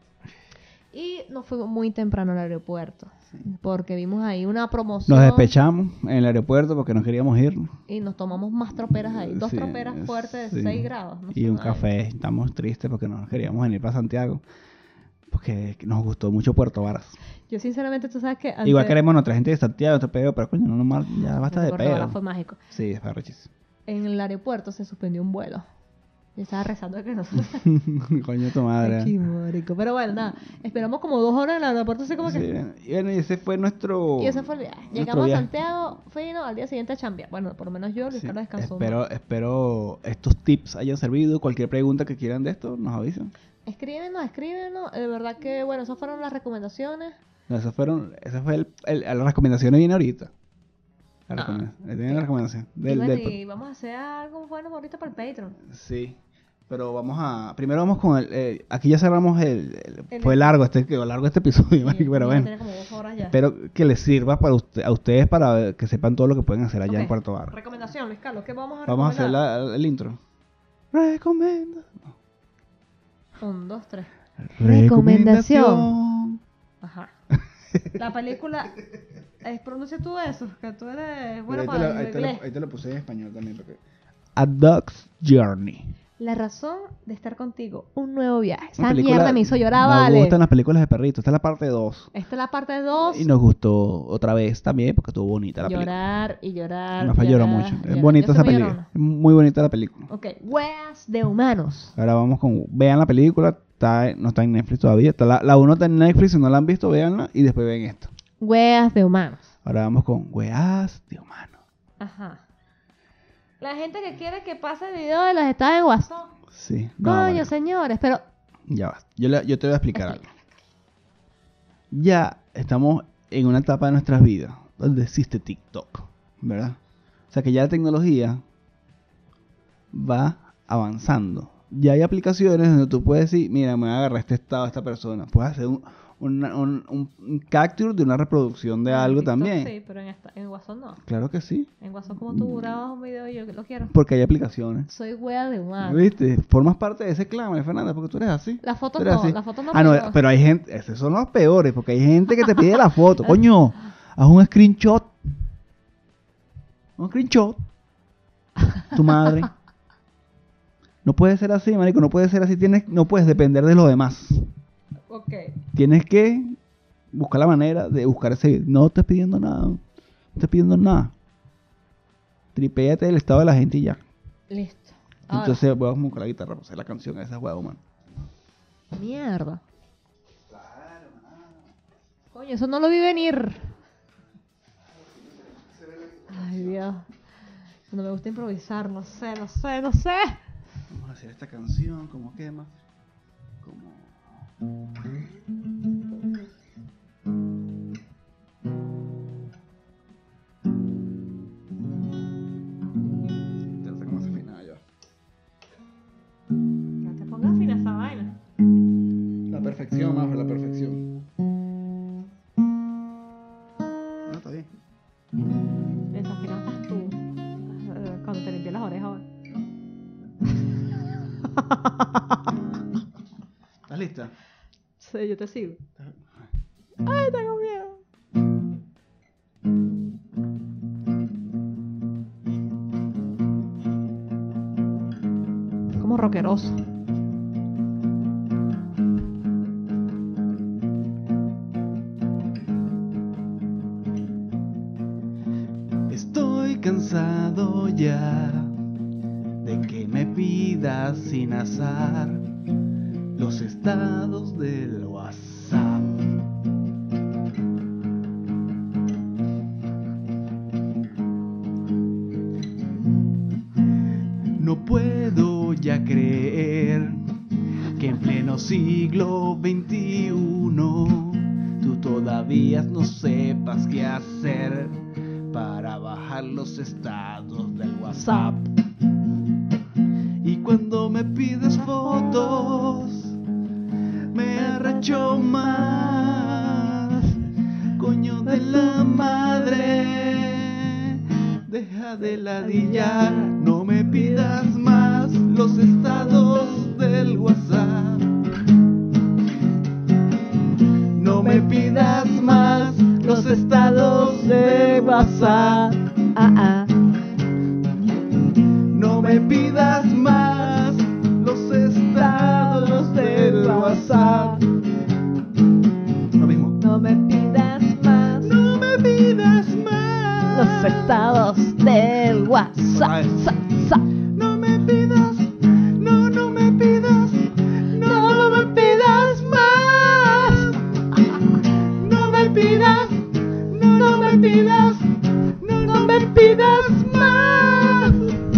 Y nos fuimos muy temprano al aeropuerto. Porque vimos ahí una promoción. Nos despechamos en el aeropuerto porque no queríamos ir. Y nos tomamos más troperas ahí. Dos Sí, troperas fuertes de sí. seis grados. no Y sé un nada. café. Estamos tristes porque no queríamos venir para Santiago. Porque nos gustó mucho Puerto Varas. Yo sinceramente, tú sabes que... antes- Igual queremos a nuestra gente de Santiago, otro pedo, pero coño, no normal, ya basta de Puerto Varas pedo. fue mágico. Sí, es arrechísimo. En el aeropuerto se suspendió un vuelo. Yo estaba rezando de que no se... Coño, tu madre. Qué marico. Pero bueno, nada. Esperamos como dos horas en el aeropuerto, así como Sí, que... y bueno, y ese fue nuestro... Y ese fue el viaje. nuestro Llegamos viaje. a Santiago, fino, al día siguiente a chambear. Bueno, por lo menos yo, Luis Sí, Carlos descansó. espero, espero estos tips hayan servido. Cualquier pregunta que quieran de esto, nos avisan. Escríbenos, escríbenos. De verdad que, bueno, esas fueron las recomendaciones. No, esas fueron, esa fue el, el, las recomendaciones viene ahorita. La Ah. recomendación, tiene la recomendación. Y Del, bueno, del- y vamos a hacer algo bueno ahorita para el Patreon. Sí, pero vamos a, primero vamos con el, eh, aquí ya cerramos el, el- El- fue largo este, quedó largo este episodio, marico, pero Ya bueno. tiene como dos horas ya. Espero que les sirva para usted, a ustedes para que sepan todo lo que pueden hacer allá Ok. en Puerto Barra. Recomendación, Luis Carlos, ¿qué vamos a Vamos a hacer recomendar? la- el intro. Recomienda. Un, dos, tres. Recomendación. Ajá. La película... Eh, pronuncia tú eso, que tú eres bueno Pero ahí, para te lo, el ahí, te lo, inglés. ahí te lo puse en español también. Porque... A Dog's Journey. La razón de estar contigo, un nuevo viaje. Una Esa película- mierda me hizo llorar, Nos vale. gustan las películas de perritos. Esta es la parte dos. Esta es la parte dos. Y nos gustó otra vez también porque estuvo bonita la película. Llorar y llorar. Nos lloró llorar, mucho. llorar. Es bonita Yo esa soy muy película. llorona. Es muy bonita la película. Ok, weas de humanos. Ahora vamos con... Vean la película. Está, no está en Netflix todavía. Está la, la uno está en Netflix. Si no la han visto, véanla. Y después ven esto. Weas de humanos. Ahora vamos con Weas de Humano. Ajá. La gente que quiere que pase el video de los estados de WhatsApp. Sí. No, Coño, marico, señores, pero... ya va. Yo, le- yo te voy a explicar algo. Ya estamos en una etapa de nuestras vidas donde existe TikTok, ¿verdad? O sea que ya la tecnología va avanzando. Ya hay aplicaciones donde tú puedes decir, mira, me voy a agarrar este estado de esta persona. Puedes hacer un, una- un, un- un capture de una reproducción de En algo TikTok también. Sí, pero en, esta, en WhatsApp no. Claro que sí, En WhatsApp como tú grabas un video y yo lo quiero. porque hay aplicaciones. Soy wea de humano. ¿Viste? Formas parte de ese clan, María Fernanda, porque tú eres así. Las fotos Tú eres no, así. las fotos no. Ah, no, pero- pero hay gente, esos son los peores, porque hay gente que te pide la foto. Coño, haz un screenshot. Un screenshot. Tu madre. No puede ser así, marico, no puede ser así. Tienes, no puedes depender de los demás. Ok. Tienes que buscar la manera de buscar ese video. No estás pidiendo nada. No estás pidiendo nada. Tripéate el estado de la gente y ya. Listo. Ahora, Entonces voy a buscar la guitarra para hacer la canción a esa huevo, man. mierda. Coño, eso no lo vi venir. Ay, Dios. No me gusta improvisar, no sé, no sé, no sé. Vamos a hacer esta canción como quema. Como... Ya sé cómo se afina ya. Que te pongas fina esa vaina. La perfección, más la perfección. No, está bien. Desafinado estás tú. Eh, Cuando te limpié las orejas ahora. ¿Estás lista? Sí, yo te sigo. Ay, tengo miedo. Como rockeroso. Estoy cansado ya de que me pidas sin azar los estados del WhatsApp. No puedo ya creer que en pleno siglo veintiuno, tú todavía no sepas qué hacer para bajar los estados del WhatsApp. Y cuando me pides fotos, me arrecho más. Coño de la madre, deja de ladillar, no me pidas más los estados del WhatsApp. No me pidas más los estados de WhatsApp. Ah, ah. No me pidas más los estados del WhatsApp. Lo mismo. No me pidas más No me pidas más los estados del WhatsApp. Sa, sa. No me pidas, no, no me pidas, no, no me pidas más. No me pidas, no, no me pidas, no, no me pidas más.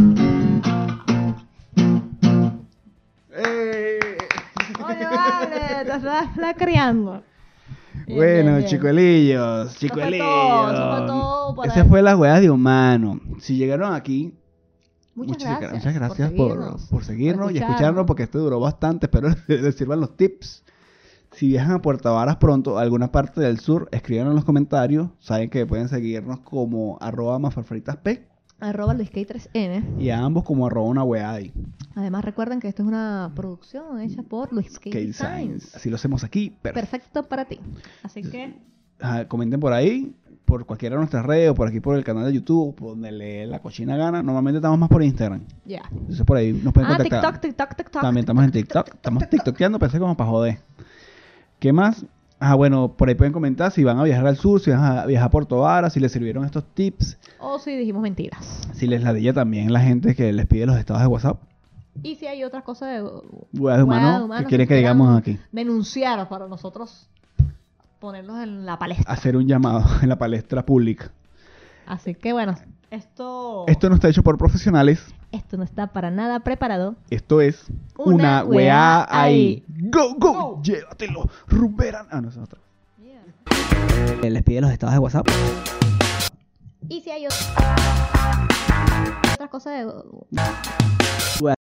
¡Eh! Oye, vale, te estás lacreando. Bien, Bueno, bien, bien. chicuelillos, Eso fue chicuelillos. todo, eso fue todo por Esa ahí. fue la weá de humano. Si llegaron aquí, Muchas muchas, gracias. muchas gracias por, seguirnos, por seguirnos por y escucharnos, porque esto duró bastante. Espero les sirvan los tips. Si viajan a Puerto Varas pronto, a alguna parte del sur, escriban en los comentarios. Saben que pueden seguirnos como arroba mafarfritasp Arroba Luis K tres N. y a ambos como arroba una weá ahí. Además, recuerden que esto es una producción hecha por Luis K K-Designs. Designs. Así lo hacemos aquí. Perfecto. Perfecto para ti. Así que, Ajá, comenten por ahí, por cualquiera de nuestras redes, o por aquí por el canal de YouTube, por donde le la cochina gana. Normalmente estamos más por Instagram. ya. Entonces por ahí nos pueden Ah, contactar. TikTok, TikTok, TikTok. También estamos en TikTok. Estamos tiktokeando, pensé como para joder. ¿Qué más? Ah, bueno, por ahí pueden comentar si van a viajar al sur, si van a viajar a Puerto Varas, si les sirvieron estos tips, O si dijimos mentiras. si les ladilla también la gente que les pide los estados de WhatsApp. Y si hay otras cosas de... Hueá de humano, hueá de humanos que quieren que quieran digamos aquí. Denunciar para nosotros ponerlos en la palestra. Hacer un llamado en la palestra pública. Así que bueno, esto... Esto no está hecho por profesionales. Esto no está para nada preparado. Esto es Una una weá weá ahí. ahí. Go, go, llévatelo, rumberan. Ah, no, esa es otra. Les pide los estados de WhatsApp. Y si hay ot- otras cosas de...